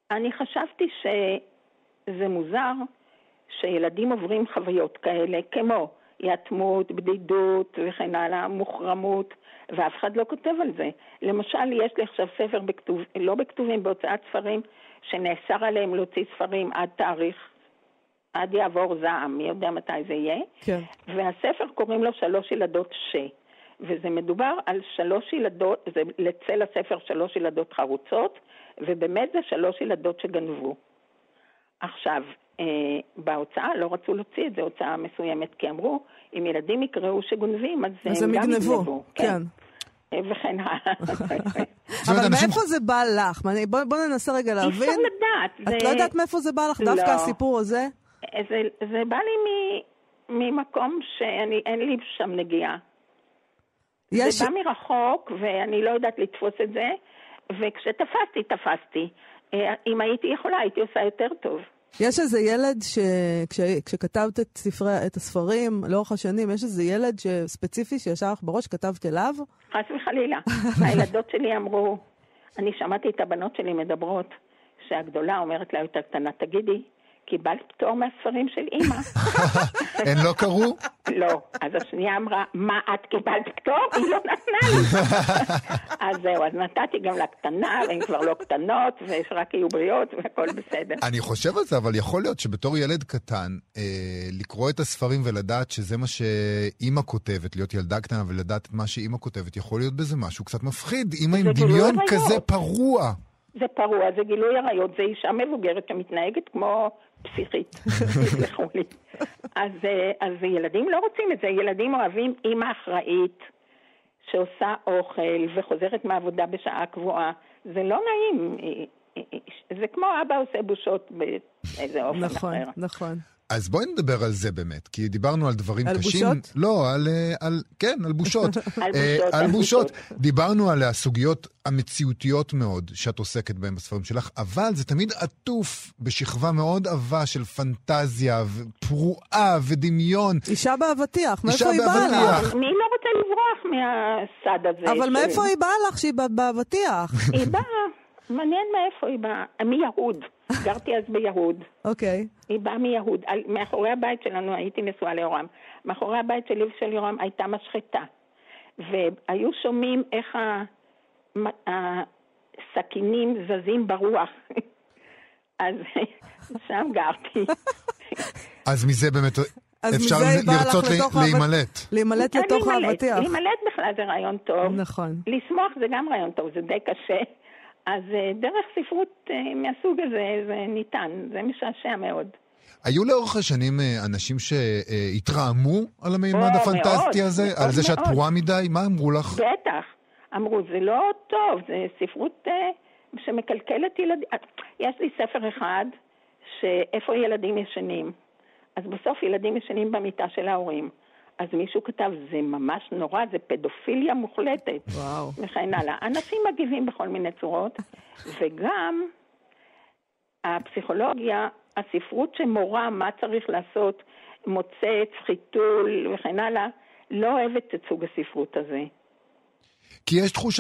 אני חשבתי שזה מוזר שילדים עוברים חוויות כאלה, כמו יתמות, בדידות וכן הלאה, מוחרמות, ואף אחד לא כותב על זה. למשל, יש לי עכשיו ספר לא בכתובים, בהוצאת ספרים, שנאסר עליהם להוציא ספרים עד תאריך, עד יעבור זעם, מי יודע מתי זה יהיה. כן. והספר קוראים לו 3 ילדות וזה מדובר על 3 ילדות, זה לצל הספר 3 ילדות חרוצות, ובאמת זה 3 ילדות שגנבו. עכשיו, בהוצאה לא רצו להוציא את זה, הוצאה מסוימת, כי אמרו, אם ילדים יקראו שגונבים, אז הם גם יגנבו. כן. וכן הלאה. אבל מאיפה זה בא לך? בוא ננסה רגע להבין. אי אפשר לדעת. את לא יודעת מאיפה זה בא לך? דווקא הסיפור הזה? זה בא לי ממקום שאין לי שם נגיעה. זה בא מרחוק, ואני לא יודעת לתפוס את זה, וכשתפסתי, תפסתי. אם הייתי יכולה, הייתי עושה יותר טוב. יש איזה ילד כשכתבת את הספרים לאורך השנים, יש איזה ילד ספציפי שישר לך בראש, כתבת אליו? חס וחלילה. הילדות שלי אמרו, אני שמעתי את הבנות שלי מדברות, שהגדולה אומרת לה יותר קטנה, תגידי, קיבלת פטור מהספרים של אמא? הן לא קראו? לא. אז השנייה אמרה, מה, את קיבלת פטור? היא לא נתנה לי. אז זהו, אז נתתי גם לקטנה, והן כבר לא קטנות, ושרק יהיו בריאות, והכל בסדר. אני חושב על זה, אבל יכול להיות שבתור ילד קטן, לקרוא את הספרים ולדעת שזה מה שאמא כותבת, להיות ילדה קטנה ולדעת מה שאמא כותבת, יכול להיות בזה משהו קצת מפחיד. אמא עם דמיון כזה פרוע. זה פרוע, זה גילוי עריות, זה אישה מבוגרת שמתנהגת כמו פסיכית, תסלחו לי. אז ילדים לא רוצים את זה, ילדים אוהבים אימא אחראית שעושה אוכל וחוזרת מעבודה בשעה קבועה, זה לא נעים, זה כמו אבא עושה בושות באיזה אופן אחר. נכון, נכון. אז בואי נדבר על זה באמת, כי דיברנו על דברים קשים. על בושות? לא, כן, על בושות. על בושות. דיברנו על הסוגיות המציאותיות מאוד שאת עוסקת בהן בספרים שלך, אבל זה תמיד עטוף בשכבה מאוד עבה של פנטזיה, פרועה ודמיון. אישה באבטיח, מאיפה היא באה לך? מי לא רוצה לברוח מהסד הזה? אבל מאיפה היא באה לך שהיא באבטיח? היא באה, מעניין מאיפה היא באה. מיהוד. גרתי אז ביהוד. אוקיי. היא באה מיהוד. מאחורי הבית שלנו, הייתי נשואה ליורם. מאחורי הבית שלי ושל יורם הייתה משחטה. והיו שומעים איך הסכינים זזים ברוח. אז שם גרתי. אז מזה באמת אפשר לרצות להימלט. להימלט לתוך האבטיח. להימלט בכלל זה רעיון טוב. נכון. לשמוח זה גם רעיון טוב, זה די קשה. אז דרך ספרות מהסוג הזה זה ניתן, זה משעשע מאוד. היו לאורך השנים אנשים שהתרעמו על המימד הפנטסטי הזה? על זה שאת פרועה מדי? מה אמרו לך? בטח. אמרו, זה לא טוב, זה ספרות שמקלקלת ילדים. יש לי ספר אחד שאיפה ילדים ישנים. אז בסוף ילדים ישנים במיטה של ההורים. אז מישהו כתב, זה ממש נורא, זה פדופיליה מוחלטת. וואו. וכן הלאה. אנשים מגיבים בכל מיני צורות, וגם הפסיכולוגיה, הספרות שמורה מה צריך לעשות, מוצאת, חיתול וכן הלאה, לא אוהבת את סוג הספרות הזה. כי יש תחושה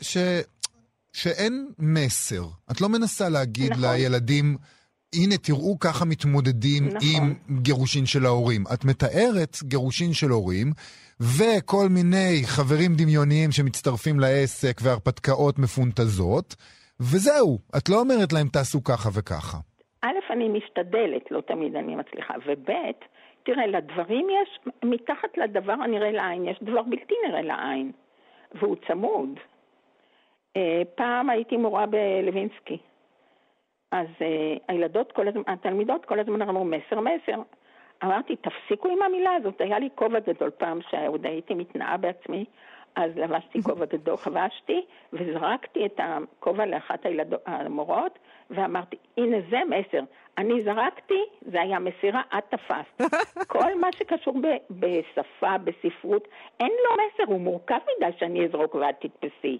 שאין מסר. את לא מנסה להגיד נכון. לילדים, הנה תראו ככה מתמודדים נכון. עם גירושין של ההורים. את מתארת גירושין של הורים, וכל מיני חברים דמיוניים שמצטרפים לעסק והרפתקאות מפונטזות, וזהו. את לא אומרת להם תעשו ככה וככה. א', אני משתדלת, לא תמיד אני מצליחה, וב', תראה, לדברים יש, מתחת לדבר הנראה לעין, יש דבר בלתי נראה לעין, והוא צמוד. פעם הייתי מורה בלווינסקי, אז התלמידות כל הזמן אמרו מסר. אמרתי, תפסיקו עם המילה הזאת, היה לי כובע גדול פעם שעוד הייתי מתנאה בעצמי, אז לבשתי כובע גדול, חבשתי, וזרקתי את הכובע לאחת המורות, ואמרתי, הנה זה מסר. אני זרקתי, זה היה מסירה, את תפסת. כל מה שקשור בשפה, בספרות, אין לו מסר, הוא מורכב מדי שאני אזרוק ואת תתפסי.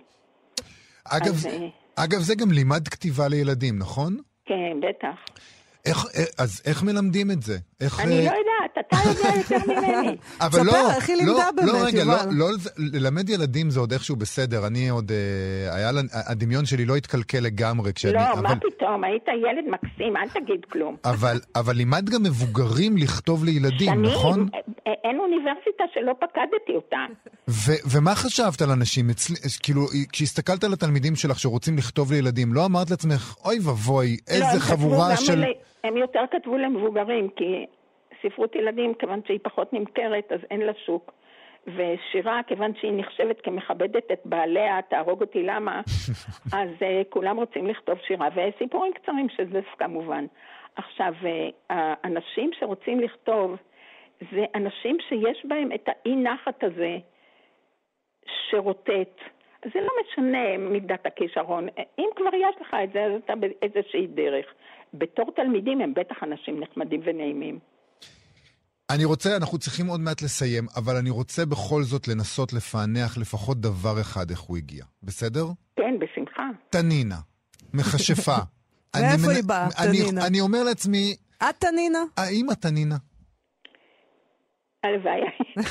אגב, זה גם לימד כתיבה לילדים, נכון? כן, בטח. אז איך מלמדים את זה? אני לא יודעת, אתה יודע יותר ממני. אבל לא, ספר, איך היא לימדה באמת, רגע, יובל? לא, ללמד ילדים זה עוד איכשהו בסדר. אני עוד, הדמיון שלי לא התקלקל לגמרי כשאני... לא, מה פתאום, היית ילד מקסים, אל תגיד כלום. אבל לימד גם מבוגרים לכתוב לילדים, נכון? אין אוניברסיטה שלא פקדתי אותה. ומה חשבת על אנשים? כאילו, כשהסתכלת על התלמידים שלך שרוצים לכתוב לילדים, לא אמרת לעצמך, אוי ובוי, איזה חבורה של... הם יותר כתבו למבוגרים, כי ספרות ילדים, כיוון שהיא פחות נמכרת, אז אין לה שוק. ושירה, כיוון שהיא נחשבת כמכבדת את בעליה, תהרוג אותי למה, אז כולם רוצים לכתוב שירה, וסיפורים קצרים שזה כמובן. עכשיו, האנשים שרוצים לכתוב, זה אנשים שיש בהם את האי נחת הזה שרוטט. זה לא משנה מידת הכישרון. אם כבר יש לך את זה, אז אתה באיזושהי דרך. בתור תלמידים הם בטח אנשים נחמדים ונעימים. אנחנו צריכים עוד מעט לסיים, אבל אני רוצה בכל זאת לנסות לפענח לפחות דבר אחד איך הוא הגיע. בסדר? כן, בשמחה. תנינה, מכשפה. מאיפה היא באה, תנינה? אני אומר לעצמי... את תנינה? האמא תנינה. הלוואי.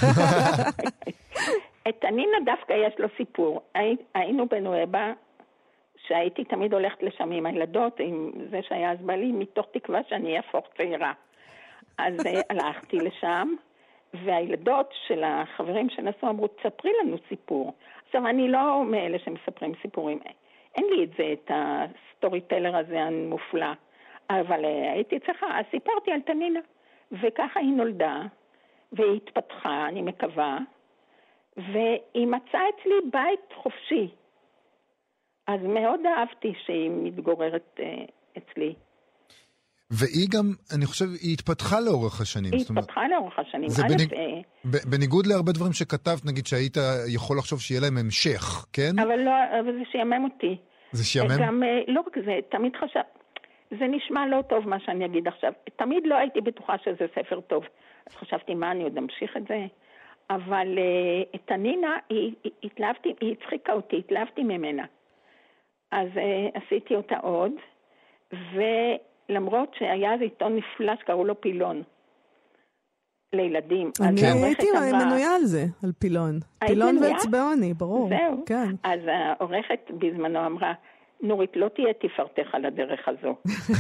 את תנינה דווקא יש לו סיפור. היינו בנואבה, שהייתי תמיד הולכת לשם עם הילדות, עם זה שהיה אז בעלי, מתוך תקווה שאני אהפוך צעירה. אז הלכתי לשם, והילדות של החברים שנסו אמרו, תספרי לנו סיפור. עכשיו, אני לא מאלה שמספרים סיפורים. אין לי את זה, את הסטורי טלר הזה המופלא. אבל הייתי צריכה, אז סיפרתי על תנינה. וככה היא נולדה, והיא התפתחה, אני מקווה, והיא מצאה אצלי בית חופשי. אז מאוד אהבתי שהיא מתגוררת אצלי. והיא גם, אני חושב, היא התפתחה לאורך השנים. היא התפתחה לאורך השנים. בניגוד להרבה דברים שכתבת, נגיד שהיית יכול לחשוב שיהיה להם המשך, כן? אבל לא, אבל זה שיאמם אותי. זה שיאמם? גם, לא רק זה, תמיד חשב, זה נשמע לא טוב מה שאני אגיד עכשיו. תמיד לא הייתי בטוחה שזה ספר טוב. אז חשבתי, מה, אני עוד אמשיך את זה? אבל את תנינה, היא הצחיקה אותי, התלהבתי ממנה. אז עשיתי אותה עוד, ולמרות שהיה איזה עיתון נפלא שקראו לו פילון, לילדים. אני הייתי מנויה על זה, על פילון. פילון ואצבעוני, ברור. זהו. כן. אז העורכת בזמנו אמרה, נורית, לא תהיה תפארתך על הדרך הזו.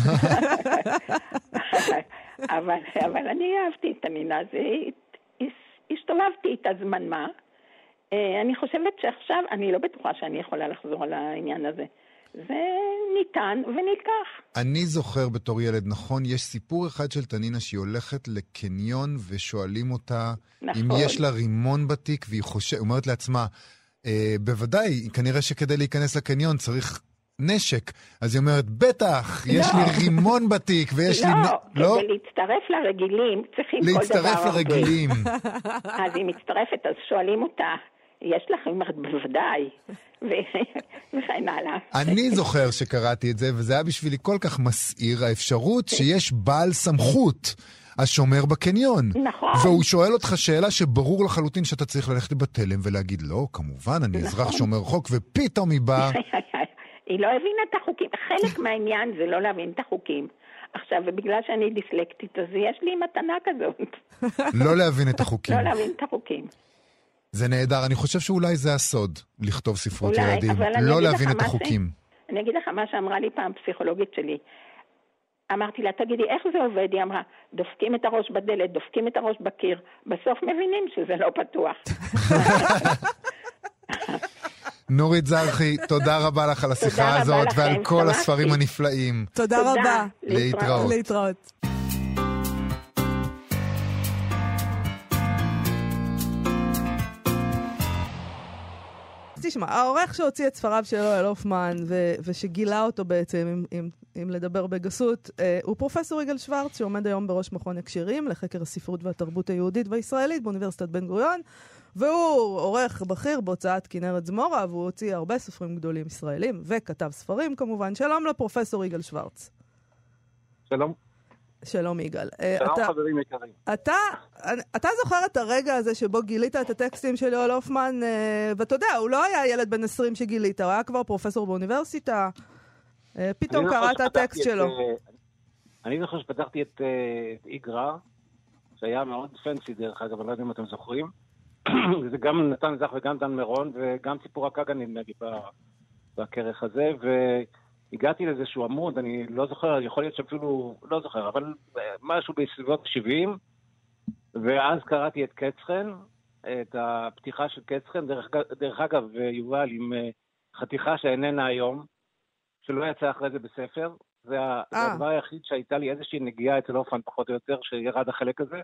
אבל אני אהבתי את תנינה, הסתובבתי את הזמן מה. אני חושבת שעכשיו, אני לא בטוחה שאני יכולה לחזור על העניין הזה. זה ניתן ונלקח. אני זוכר בתור ילד, נכון, יש סיפור אחד של תנינה שהיא הולכת לקניון ושואלים אותה נכון. אם יש לה רימון בתיק, והיא אומרת לעצמה, בוודאי, כנראה שכדי להיכנס לקניון צריך נשק. אז היא אומרת, בטח, יש לי רימון בתיק ויש לי... לא, כדי להצטרף לרגילים צריכים כל דבר הרבה. להצטרף לרגילים. אז היא מצטרפת, אז שואלים אותה, יש לך? היא אומרת, בוודאי. וכן הלאה. אני זוכר שקראתי את זה, וזה היה בשבילי כל כך מסעיר, האפשרות שיש בעל סמכות השומר בקניון. נכון. והוא שואל אותך שאלה שברור לחלוטין שאתה צריך ללכת בטלם ולהגיד, לא, כמובן, אני אזרח שומר חוק, ופתאום היא באה... היא לא הבינה את החוקים. חלק מהעניין זה לא להבין את החוקים. עכשיו, ובגלל שאני דיסלקטית, אז יש לי מתנה כזאת. לא להבין את החוקים. לא להבין את החוקים. זה נהדר. אני חושב שאולי זה הסוד, לכתוב ספרות ילדים. לא להבין את החוקים. אני אגיד לך מה שאמרה לי פעם פסיכולוגית שלי. אמרתי לה, תגידי, איך זה עובד? היא אמרה, דופקים את הראש בדלת, דופקים את הראש בקיר, בסוף מבינים שזה לא פתוח. נורית זרחי, תודה רבה לך על השיחה הזאת ועל כל הספרים הנפלאים. תודה רבה. להתראות. להתראות. תשמע, העורך שהוציא את ספריו של יואל הופמן ושגילה אותו בעצם, אם לדבר בגסות, הוא פרופסור יגאל שוורץ, שעומד היום בראש מכון הקשרים לחקר הספרות והתרבות היהודית והישראלית באוניברסיטת בן גוריון, והוא עורך בכיר בהוצאת כנרת זמורה, והוא הוציא הרבה ספרים גדולים ישראלים, וכתב ספרים כמובן. שלום לפרופסור יגאל שוורץ. שלום. שלום יגאל. שלום חברים יקרים. אתה זוכר את הרגע הזה שבו גילית את הטקסטים של יואל הופמן, ואתה יודע, הוא לא היה ילד בן 20 שגילית, הוא היה כבר פרופסור באוניברסיטה, פתאום קראת את הטקסט שלו. אני זוכר שפתחתי את איגרא, שהיה מאוד פנסי דרך אגב, אני לא יודע אם אתם זוכרים. זה גם נתן זך וגם דן מירון, וגם סיפור הקגה נדמה לי בכרך הזה, והגעתי לאיזשהו עמוד, אני לא זוכר, יכול להיות שאפילו, לא זוכר, אבל משהו בסביבות 70, ואז קראתי את קצחן, את הפתיחה של קצחן, דרך אגב, יובל, עם חתיכה שאיננה היום, שלא יצא אחרי זה בספר, זה הדבר היחיד שהייתה לי איזושהי נגיעה אצל אופן פחות או יותר, שירד החלק הזה,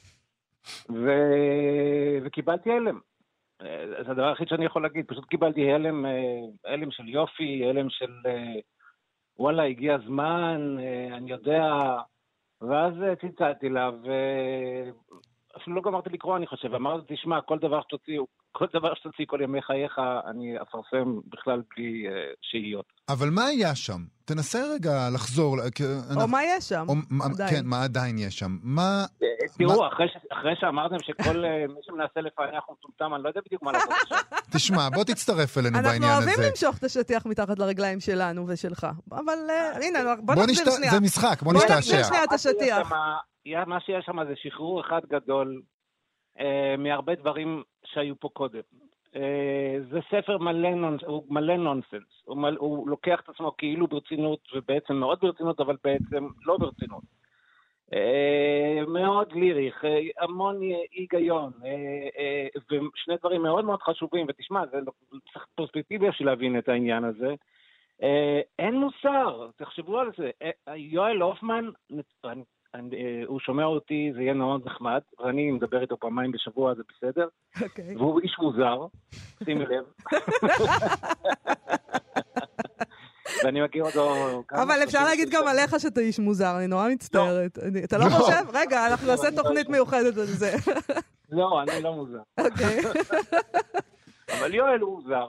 וקיבלתי הלם. זה הדבר היחיד שאני יכול להגיד, פשוט קיבלתי הלם של יופי, הלם של וואלה, הגיע הזמן, אני יודע, ואז צלצלתי לה, אפילו לא גמרתי לקרוא, אני חושב, אמרתי, תשמע, כל דבר שתוציא כל ימי חייך, אני אפרסם בכלל בלי שהיות. אבל מה היה שם? תנסה רגע לחזור. או מה יש שם? כן, מה עדיין יש שם? תראו, אחרי שאמרתם שכל מי שמנסה לפענח הוא מטומטם, אני לא יודע בדיוק מה לעשות עכשיו. תשמע, בוא תצטרף אלינו בעניין הזה. אנחנו אוהבים למשוך את השטיח מתחת לרגליים שלנו ושלך. אבל הנה, בוא נחזיר שנייה. זה משחק, בוא נשתעשע. בוא נחזיר שנייה את השטיח. מה שיש שם זה שחרור אחד גדול מהרבה דברים שהיו פה קודם. זה ספר מלא נונסנס. הוא לוקח את עצמו כאילו ברצינות, ובעצם מאוד ברצינות, אבל בעצם לא ברצינות. מאוד ליריך, המון היגיון, ושני דברים מאוד מאוד חשובים, ותשמע, זה צריך פרספקטיבה בשביל להבין את העניין הזה. אין מוסר, תחשבו על זה. יואל הופמן, הוא שומע אותי, זה יהיה מאוד נחמד, ואני מדבר איתו פעמיים בשבוע, זה בסדר. והוא איש מוזר, שימי לב. ואני מכיר אותו... אבל אפשר להגיד גם עליך שאתה איש מוזר, אני נורא מצטערת. אתה לא חושב? רגע, אנחנו נעשה תוכנית מיוחדת על זה. לא, אני לא מוזר. אוקיי. אבל יואל הוא מוזר.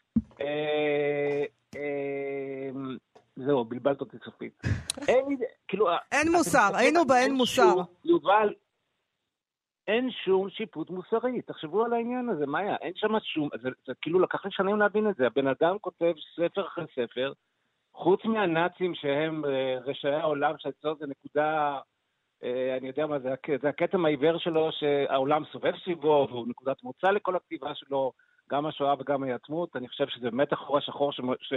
זהו, בלבלת אותי סופית. אין מוסר, היינו באין מוסר. יובל, אין שום שיפוט מוסרי, תחשבו על העניין הזה, מה היה? אין שם שום, זה כאילו לקח לי שנים להבין את זה, הבן אדם כותב ספר אחרי ספר, חוץ מהנאצים שהם רשעי העולם, שאצלו זה נקודה, אני יודע מה זה, זה הכתם העיוור שלו, שהעולם סובב סביבו, והוא נקודת מוצא לכל הכתיבה שלו, גם השואה וגם היעצמות, אני חושב שזה באמת החור השחור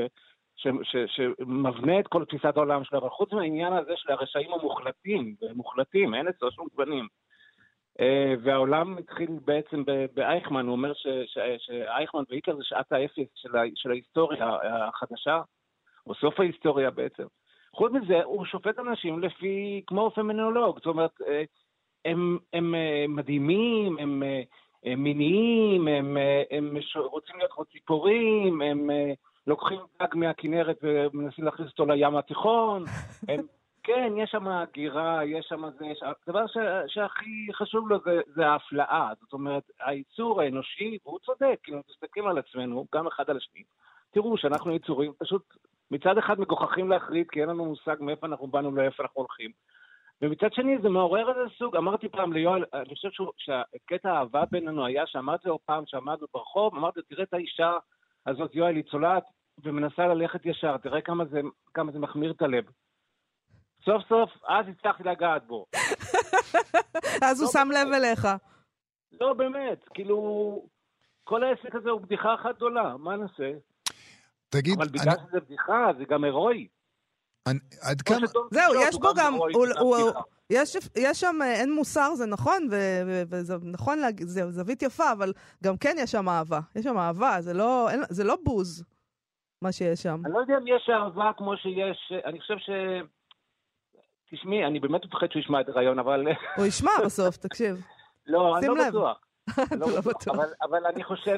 שמבנה את כל תפיסת העולם שלו, אבל חוץ מהעניין הזה של הרשעים המוחלטים, אין אצלו שום גוונים. והעולם התחיל בעצם באייכמן, הוא אומר שאייכמן והיטלר זה שעת האפס של ההיסטוריה החדשה, או סוף ההיסטוריה בעצם. חוץ מזה, הוא שופט אנשים לפי, כמו פמינולוג, זאת אומרת, הם מדהימים, הם מיניים, הם רוצים להיות כמו ציפורים, הם לוקחים דג מהכנרת ומנסים להכניס אותו לים התיכון, כן, יש שם הגירה, יש שם זה, הדבר שהכי חשוב לו זה ההפלאה, זאת אומרת, היצור האנושי, והוא צודק, אם מסתכלים על עצמנו, גם אחד על השני, תראו שאנחנו יצורים, פשוט מצד אחד מגוחכים להחליט, כי אין לנו מושג מאיפה אנחנו באנו לאיפה אנחנו הולכים, ומצד שני זה מעורר איזה סוג, אמרתי פעם ליואל, אני חושב שהקטע האהבה בינינו היה, שאמרתי לו פעם שעמדנו ברחוב, אמרתי, תראה את האישה הזאת, יואל, היא צולעת ומנסה ללכת ישר, תראה כמה זה מחמיר את הלב. סוף סוף, אז הצלחתי לגעת בו. אז הוא שם לב אליך. לא, באמת, כאילו, כל העסק הזה הוא בדיחה אחת גדולה, מה נעשה? תגיד, אבל בגלל שזה בדיחה, זה גם הירואי. עד כמה... זהו, יש בו גם... יש שם אין מוסר, זה נכון, וזה נכון, זה זווית יפה, אבל גם כן יש שם אהבה. יש שם אהבה, זה לא בוז, מה שיש שם. אני לא יודע אם יש אהבה כמו שיש, אני חושב ש... תשמעי, אני באמת מפחד שהוא ישמע את הרעיון, אבל... הוא ישמע בסוף, תקשיב. לא, אני לא בטוח. אבל אני חושב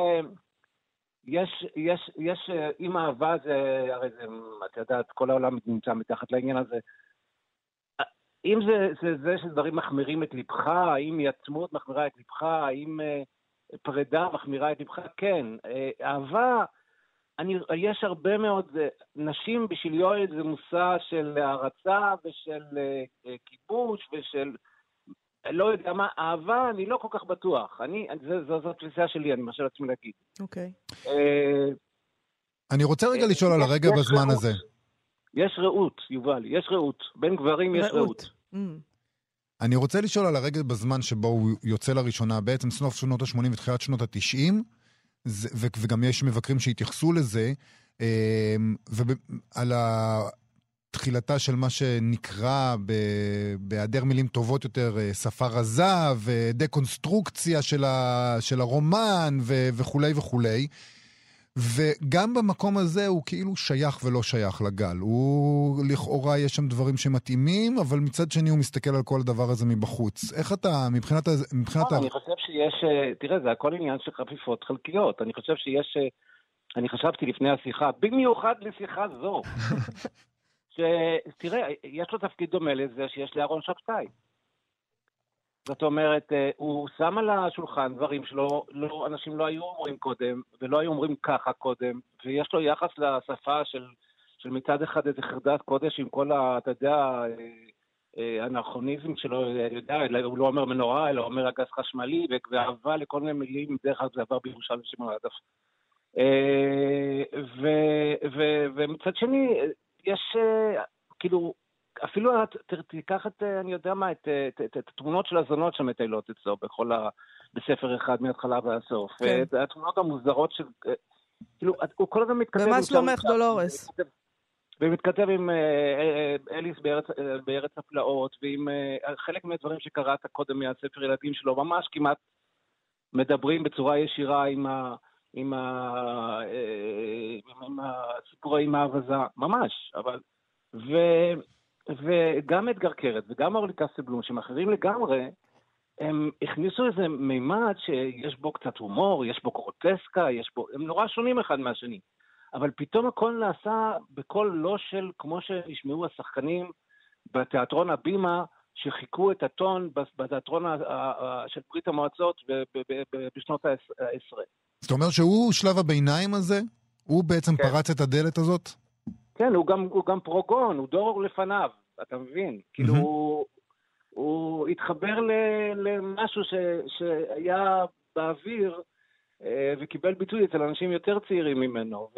יש, אם אהבה זה, הרי זה, את יודעת, כל העולם נמצא מתחת לעניין הזה. אם זה שדברים מחמירים את לבך, האם יעצמות מחמירה את לבך, האם פרידה מחמירה את לבך, כן. אהבה... יש הרבה מאוד, נשים בשביל יואל זה מושא של הערצה ושל כיבוש ושל, לא יודע מה, אהבה, אני לא כל כך בטוח. זו התפיסה שלי, אני מרשה לעצמי להגיד. אוקיי. אני רוצה רגע לשאול על הרגע בזמן הזה. יש רעות, יובל, יש רעות. בין גברים יש רעות. אני רוצה לשאול על הרגע בזמן שבו הוא יוצא לראשונה, בעצם סוף שנות ה-80 ותחילת שנות ה-90, וגם יש מבקרים שהתייחסו לזה, ועל תחילתה של מה שנקרא בהיעדר מילים טובות יותר שפה רזה ודקונסטרוקציה של הרומן וכולי וכולי. וגם במקום הזה הוא כאילו שייך ולא שייך לגל. הוא לכאורה יש שם דברים שמתאימים, אבל מצד שני הוא מסתכל על כל הדבר הזה מבחוץ. איך אתה, מבחינת אני חושב שיש, תראה, זה הכל עניין של חפיפות חלקיות. אני חשבתי לפני השיחה, במיוחד לשיחה זו, תראה, יש לו תפקיד דומה לזה שיש לארון שבתאי. זאת אומרת, הוא שם על השולחן דברים שלו, אנשים לא היו אומרים קודם, ולא היו אומרים ככה קודם, ויש לו יחס לשפה של מצד אחד איזה חרדת קודש עם כל אתה יודע, האנכרוניזם שלו, הוא לא אומר מנורה, אלא אומר אגס חשמלי, ואהבה לכל מיני מילים, דרך אגב זה עבר בירושלים שמעון הדף. ומצד שני, יש כאילו, אפילו תיקח את, אני יודע מה, את התמונות של הזונות שמטיילות אצלו בספר אחד מההתחלה והסוף. ואת התמונות המוזרות של, כאילו, הוא כל הזמן מתכתב... ומה שלומך דולורס? ומתכתב עם אליס בארץ הפלאות, ועם חלק מהדברים שקראת קודם מהספר ילדים שלו, ממש כמעט מדברים בצורה ישירה עם הסיפורי עם האבזה, ממש, אבל... וגם אדגר קרת וגם אורלי קסטלבלום, שהם אחרים לגמרי, הם הכניסו איזה מימד שיש בו קצת הומור, יש בו גרוטסקה, הם נורא שונים אחד מהשני. אבל פתאום הכל נעשה בכל לא של, כמו שנשמעו השחקנים בתיאטרון הבימה, שחיכו את הטון בתיאטרון של ברית המועצות בשנות ה-10. זאת אומרת שהוא שלב הביניים הזה? הוא בעצם פרץ את הדלת הזאת? כן, הוא גם פרוגון, הוא דור לפניו, אתה מבין? כאילו, הוא התחבר למשהו שהיה באוויר, וקיבל ביטוי אצל אנשים יותר צעירים ממנו,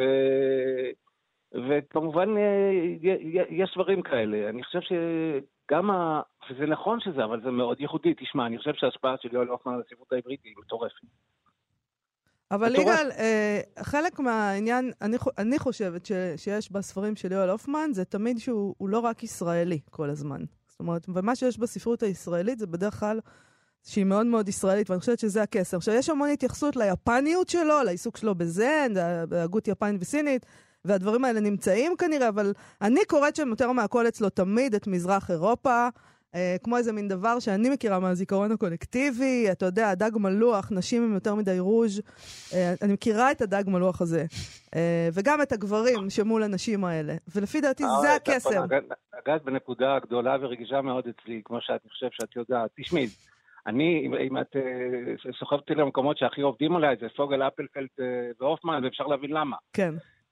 וכמובן יש דברים כאלה. אני חושב שגם, וזה נכון שזה, אבל זה מאוד ייחודי. תשמע, אני חושב שההשפעה של יואל הופמן על הספרות העברית היא מטורפת. אבל יגאל, חלק מהעניין, אני חושבת שיש בספרים של יואל הופמן, זה תמיד שהוא לא רק ישראלי כל הזמן. זאת אומרת, ומה שיש בספרות הישראלית זה בדרך כלל שהיא מאוד מאוד ישראלית, ואני חושבת שזה הקסר. עכשיו, יש המון התייחסות ליפניות שלו, לעיסוק שלו בזן, בהגות יפנית וסינית, והדברים האלה נמצאים כנראה, אבל אני קוראת שם יותר מהכל אצלו תמיד את מזרח אירופה, כמו איזה מין דבר שאני מכירה מהזיכרון הקולקטיבי, אתה יודע, הדג מלוח, נשים עם יותר מדי רוז', אני מכירה את הדג מלוח הזה, וגם את הגברים שמול הנשים האלה, ולפי דעתי זה הקסר. אגב, בנקודה גדולה ורגישה מאוד אצלי, כמו שאת חושב שאת יודעת, תשמעי, אם את סוחבתי למקומות שהכי עובדים עליי, זה פוגל, אפלפלד והופמן, ואפשר להבין למה. כן.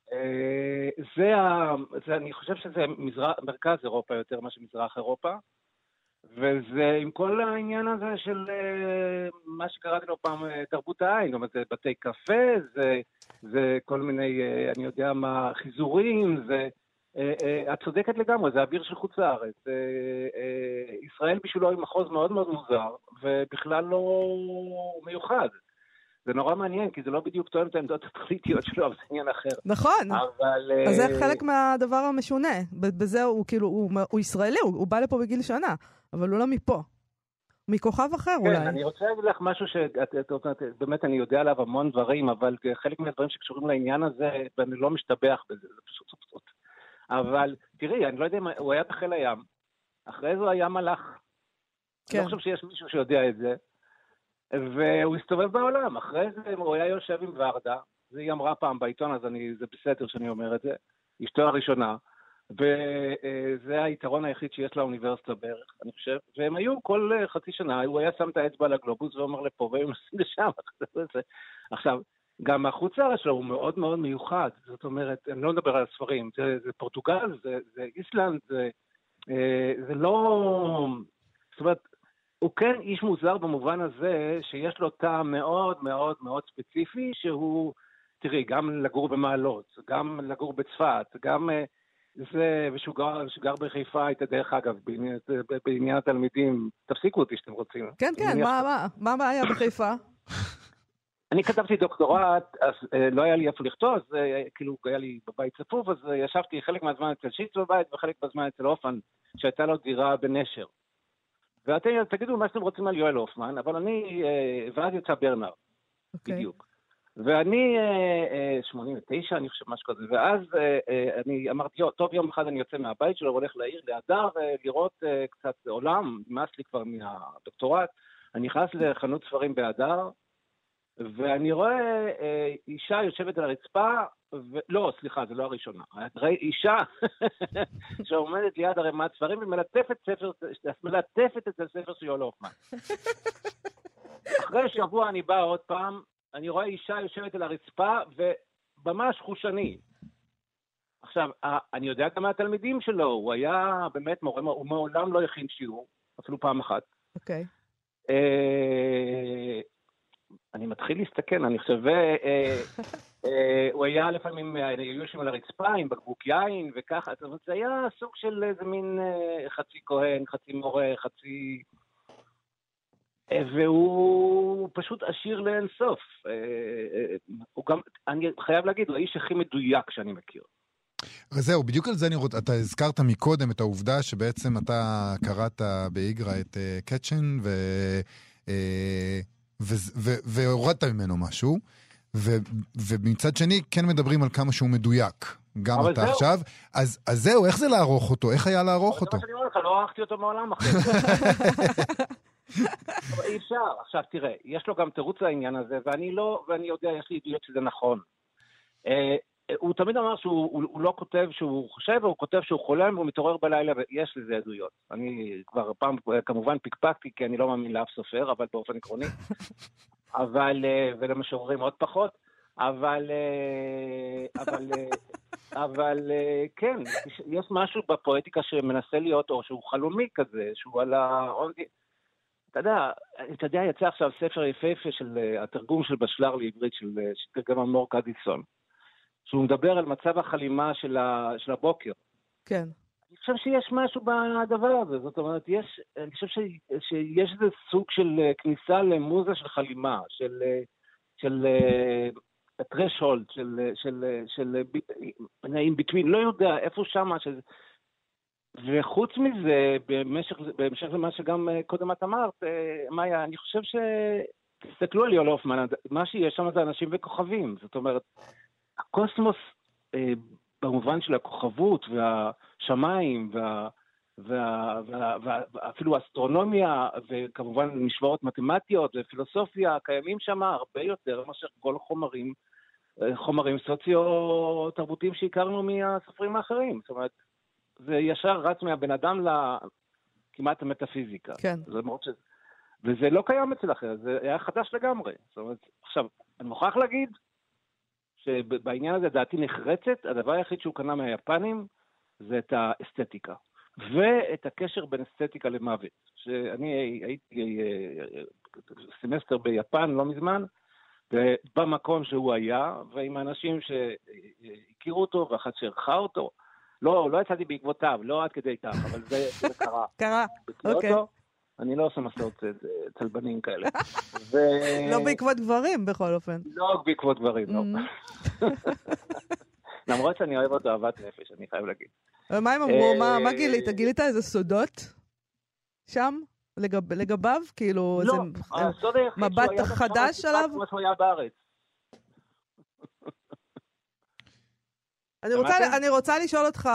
אני חושב שזה מרכז אירופה יותר מה שמזרח אירופה, וזה עם כל העניין הזה של מה שקראתי לו פעם תרבות העין, זאת אומרת, זה בתי קפה, זה כל מיני, אני יודע מה, חיזורים, את צודקת לגמרי, זה אוויר של חוץ לארץ. ישראל בשבילו היא מחוז מאוד מאוד מוזר, ובכלל לא מיוחד. זה נורא מעניין, כי זה לא בדיוק תואם את העמדות הפוליטיות שלו, אבל זה עניין אחר. נכון, אז זה חלק מהדבר המשונה. בזה הוא כאילו, הוא ישראלי, הוא בא לפה בגיל שנה, אבל הוא לא מפה. מכוכב אחר אולי. כן, אני רוצה להגיד לך משהו שבאמת אני יודע עליו המון דברים, אבל חלק מהדברים שקשורים לעניין הזה, ואני לא משתבח בזה, זה פשוט סופסות. אבל תראי, אני לא יודע אם הוא היה בחיל הים, אחרי זה הוא היה מלאך. אני לא חושב שיש מישהו שיודע את זה. והוא הסתובב בעולם, אחרי זה הוא היה יושב עם ורדה, זה היא אמרה פעם בעיתון, אז זה בסדר שאני אומר את זה, אשתו הראשונה, וזה היתרון היחיד שיש לאוניברסיטה בערך, אני חושב, והם היו כל חצי שנה, הוא היה שם את האצבע על הגלובוס ואומר לפה, והם נוסעים לשם, עכשיו, גם החוץ לארץ שלו הוא מאוד מאוד מיוחד, זאת אומרת, אני לא מדבר על הספרים, זה פורטוגל, זה איסלנד, זה לא, זאת אומרת, הוא כן איש מוזר במובן הזה שיש לו טעם מאוד מאוד מאוד ספציפי, שהוא, תראי, גם לגור במעלות, גם לגור בצפת, גם ושגר בחיפה, הייתה דרך אגב, בעניין התלמידים, תפסיקו אותי שאתם רוצים. כן, מה הבעיה בחיפה? אני כתבתי דוקטורט, אז לא היה לי איפה לכתוב, אז כאילו היה לי בבית צפוף, אז ישבתי חלק מהזמן אצל שיץ בבית, וחלק מהזמן אצל אופן, שהייתה לו דירה בנשר. ואתם תגידו מה שאתם רוצים על יואל הופמן, אבל ואז יצא ברנר, בדיוק. ואני 89, אני חושב משהו כזה, ואז אני אמרתי, טוב, יום אחד אני יוצא מהבית שלו, הולך לעיר, להדר, לראות קצת עולם, נמאס לי כבר מהדוקטורט, אני נכנס לחנות ספרים בהדר, ואני רואה אישה יושבת על הרצפה, לא, סליחה, זה לא הראשונה, אישה שעומדת ליד הרמת ספרים ומלטפת את הספר של יואל הופמן. אחרי שבוע אני בא עוד פעם, אני רואה אישה יושבת על הרצפה, וממש חושני. עכשיו, אני יודע גם מהתלמידים שלו, הוא היה באמת מורה, הוא מעולם לא הכין שיעור, אפילו פעם אחת. אוקיי. אני מתחיל להסתכן, אני חושב, הוא היה לפעמים, היו יושבים על הרצפה עם בקבוק יין וככה, זאת אומרת, זה היה סוג של איזה מין חצי כהן, חצי מורה, חצי... והוא פשוט עשיר לאינסוף. הוא גם, אני חייב להגיד, הוא האיש הכי מדויק שאני מכיר. זהו, בדיוק על זה אתה הזכרת מקודם את העובדה שבעצם אתה קראת באיגרא את קצ'ן והורדת ממנו משהו, ומצד שני כן מדברים על כמה שהוא מדויק, גם אתה עכשיו. אז זהו, איך זה לערוך אותו? איך היה לערוך אותו? זה מה שאני אומר לך, לא ערכתי אותו מעולם אחר. אי אפשר. עכשיו תראה, יש לו גם תירוץ לעניין הזה, ואני יודע, יש לי עדויות שזה נכון. הוא תמיד אמר שהוא לא כותב שהוא חושב, הוא כותב שהוא חולם, והוא מתעורר בלילה, ויש לזה עדויות. אני כבר פעם כמובן פיקפקתי, כי אני לא מאמין לאף סופר, אבל באופן עקרוני. ולמשוררים עוד פחות. אבל כן, יש משהו בפואטיקה שמנסה להיות, או שהוא חלומי כזה, שהוא על אתה יודע, יצא עכשיו ספר יפהפה של התרגום של בשלר לעברית, שתרגם אמנור קדיסון, שהוא מדבר על מצב החלימה של הבוקר. כן. אני חושב שיש משהו בדבר הזה, זאת אומרת, אני חושב שיש איזה סוג של כניסה למוזה של חלימה, של threshold, של נעים ביטווין, לא יודע, איפה שמה, וחוץ מזה, בהמשך למה שגם קודם את אמרת, מאיה, אני חושב תסתכלו על יואל הופמן, מה שיש שם זה אנשים וכוכבים, זאת אומרת, הקוסמוס במובן של הכוכבות והשמיים ואפילו אסטרונומיה וכמובן משוואות מתמטיות ופילוסופיה קיימים שם הרבה יותר מאשר כל חומרים סוציו-תרבותיים שהכרנו מהסופרים האחרים. זאת אומרת, זה ישר רץ מהבן אדם לכמעט המטאפיזיקה. כן. וזה לא קיים אצל אחר, זה היה חדש לגמרי. זאת אומרת, עכשיו, אני מוכרח להגיד שבעניין הזה דעתי נחרצת, הדבר היחיד שהוא קנה מהיפנים זה את האסתטיקה. ואת הקשר בין אסתטיקה למוות. שאני הייתי סמסטר ביפן לא מזמן, ובמקום שהוא היה, ועם האנשים שהכירו אותו, ואחת שערכה אותו, לא יצאתי בעקבותיו, לא עד כדי כך, אבל זה קרה. קרה, אוקיי. אני לא עושה מסעות צלבנים כאלה. לא בעקבות גברים, בכל אופן. לא בעקבות גברים, לא. למרות שאני אוהב אותו אהבת נפש, אני חייב להגיד. ומה הם אמרו? מה גילית? גילית איזה סודות שם? לגביו? כאילו, לא, איזה מבט חדש עליו? כמו שהוא היה בארץ. אני רוצה לשאול אותך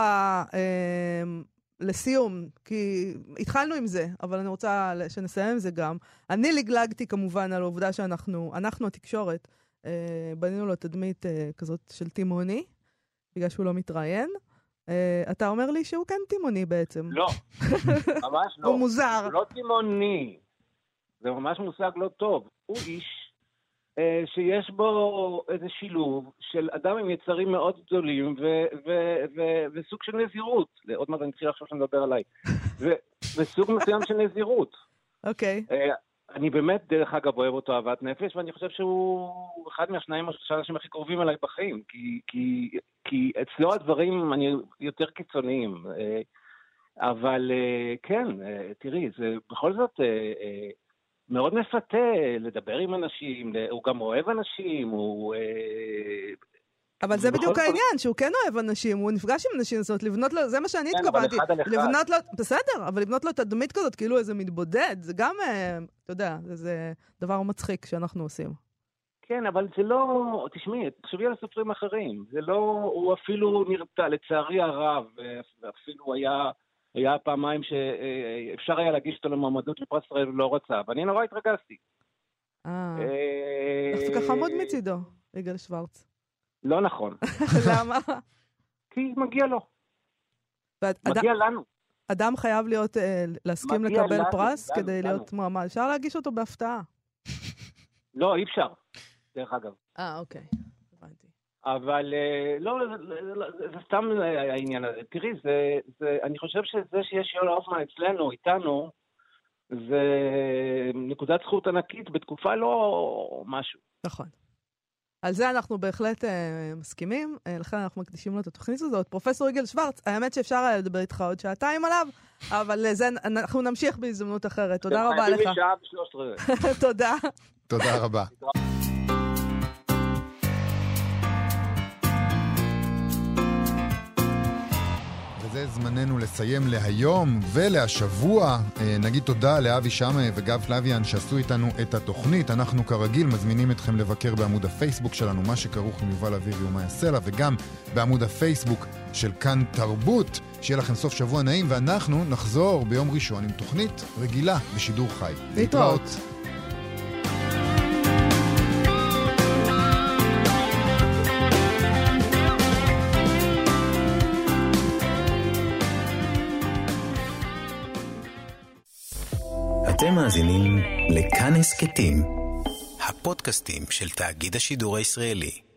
לסיום, כי התחלנו עם זה, אבל אני רוצה שנסיים עם זה גם. אני לגלגתי כמובן על העובדה שאנחנו התקשורת, בנינו לו תדמית כזאת של תימוני, בגלל שהוא לא מתראיין. אתה אומר לי שהוא כן תימוני בעצם. לא, ממש לא. הוא מוזר. הוא לא תימוני. זה ממש מושג לא טוב. הוא איש שיש בו איזה שילוב של אדם עם יצרים מאוד גדולים וסוג של נזירות. עוד מעט אני אתחיל עכשיו שאני מדבר עליי. וסוג מסוים של נזירות. אוקיי. אני באמת, דרך אגב, אוהב אותו אהבת נפש, ואני חושב שהוא אחד מהשניים או שלושה אנשים הכי קרובים אליי בחיים, כי אצלו הדברים יותר קיצוניים. אבל כן, תראי, זה בכל זאת מאוד מפתה לדבר עם אנשים, הוא גם אוהב אנשים, הוא... אבל זה בדיוק העניין, שהוא כן אוהב אנשים, הוא נפגש עם אנשים, זאת אומרת, לבנות לו, זה מה שאני התכוונתי, לבנות לו, בסדר, אבל לבנות לו תדמית כזאת, כאילו איזה מתבודד, זה גם, אתה יודע, זה דבר מצחיק שאנחנו עושים. כן, אבל זה לא, תשמעי, תחשבי על סופרים אחרים, זה לא, הוא אפילו נרתע, לצערי הרב, ואפילו היה פעמיים שאפשר היה להגיש אותו למועמדות לפרס ישראל ולא רצה, ואני נורא התרגשתי. זה ככה חמוד מצידו, יגאל שוורץ. לא נכון. למה? כי מגיע לו. מגיע לנו. אדם חייב להיות, להסכים לקבל פרס כדי להיות מועמד. אפשר להגיש אותו בהפתעה. לא, אי אפשר. דרך אגב. אוקיי. הבנתי. אבל לא, זה סתם העניין הזה. תראי, אני חושב שזה שיש יואל הופמן אצלנו, איתנו, זה נקודת זכות ענקית בתקופה לא משהו. נכון. על זה אנחנו בהחלט מסכימים, לכן אנחנו מקדישים לו את התוכנית הזאת. פרופסור יגאל שוורץ, האמת שאפשר היה לדבר איתך עוד שעתיים עליו, אבל לזה אנחנו נמשיך בהזדמנות אחרת. תודה רבה לך. תודה. תודה רבה. וזה זמננו לסיים להיום ולהשבוע. נגיד תודה לאבי שמאי וגב פלוויאן שעשו איתנו את התוכנית. אנחנו כרגיל מזמינים אתכם לבקר בעמוד הפייסבוק שלנו, מה שכרוך עם יובל אביבי ומאיה סלע, וגם בעמוד הפייסבוק של כאן תרבות. שיהיה לכם סוף שבוע נעים, ואנחנו נחזור ביום ראשון עם תוכנית רגילה בשידור חי. להתראות. אתם מאזינים לכאן הסכתים, הפודקאסטים של תאגיד השידור הישראלי.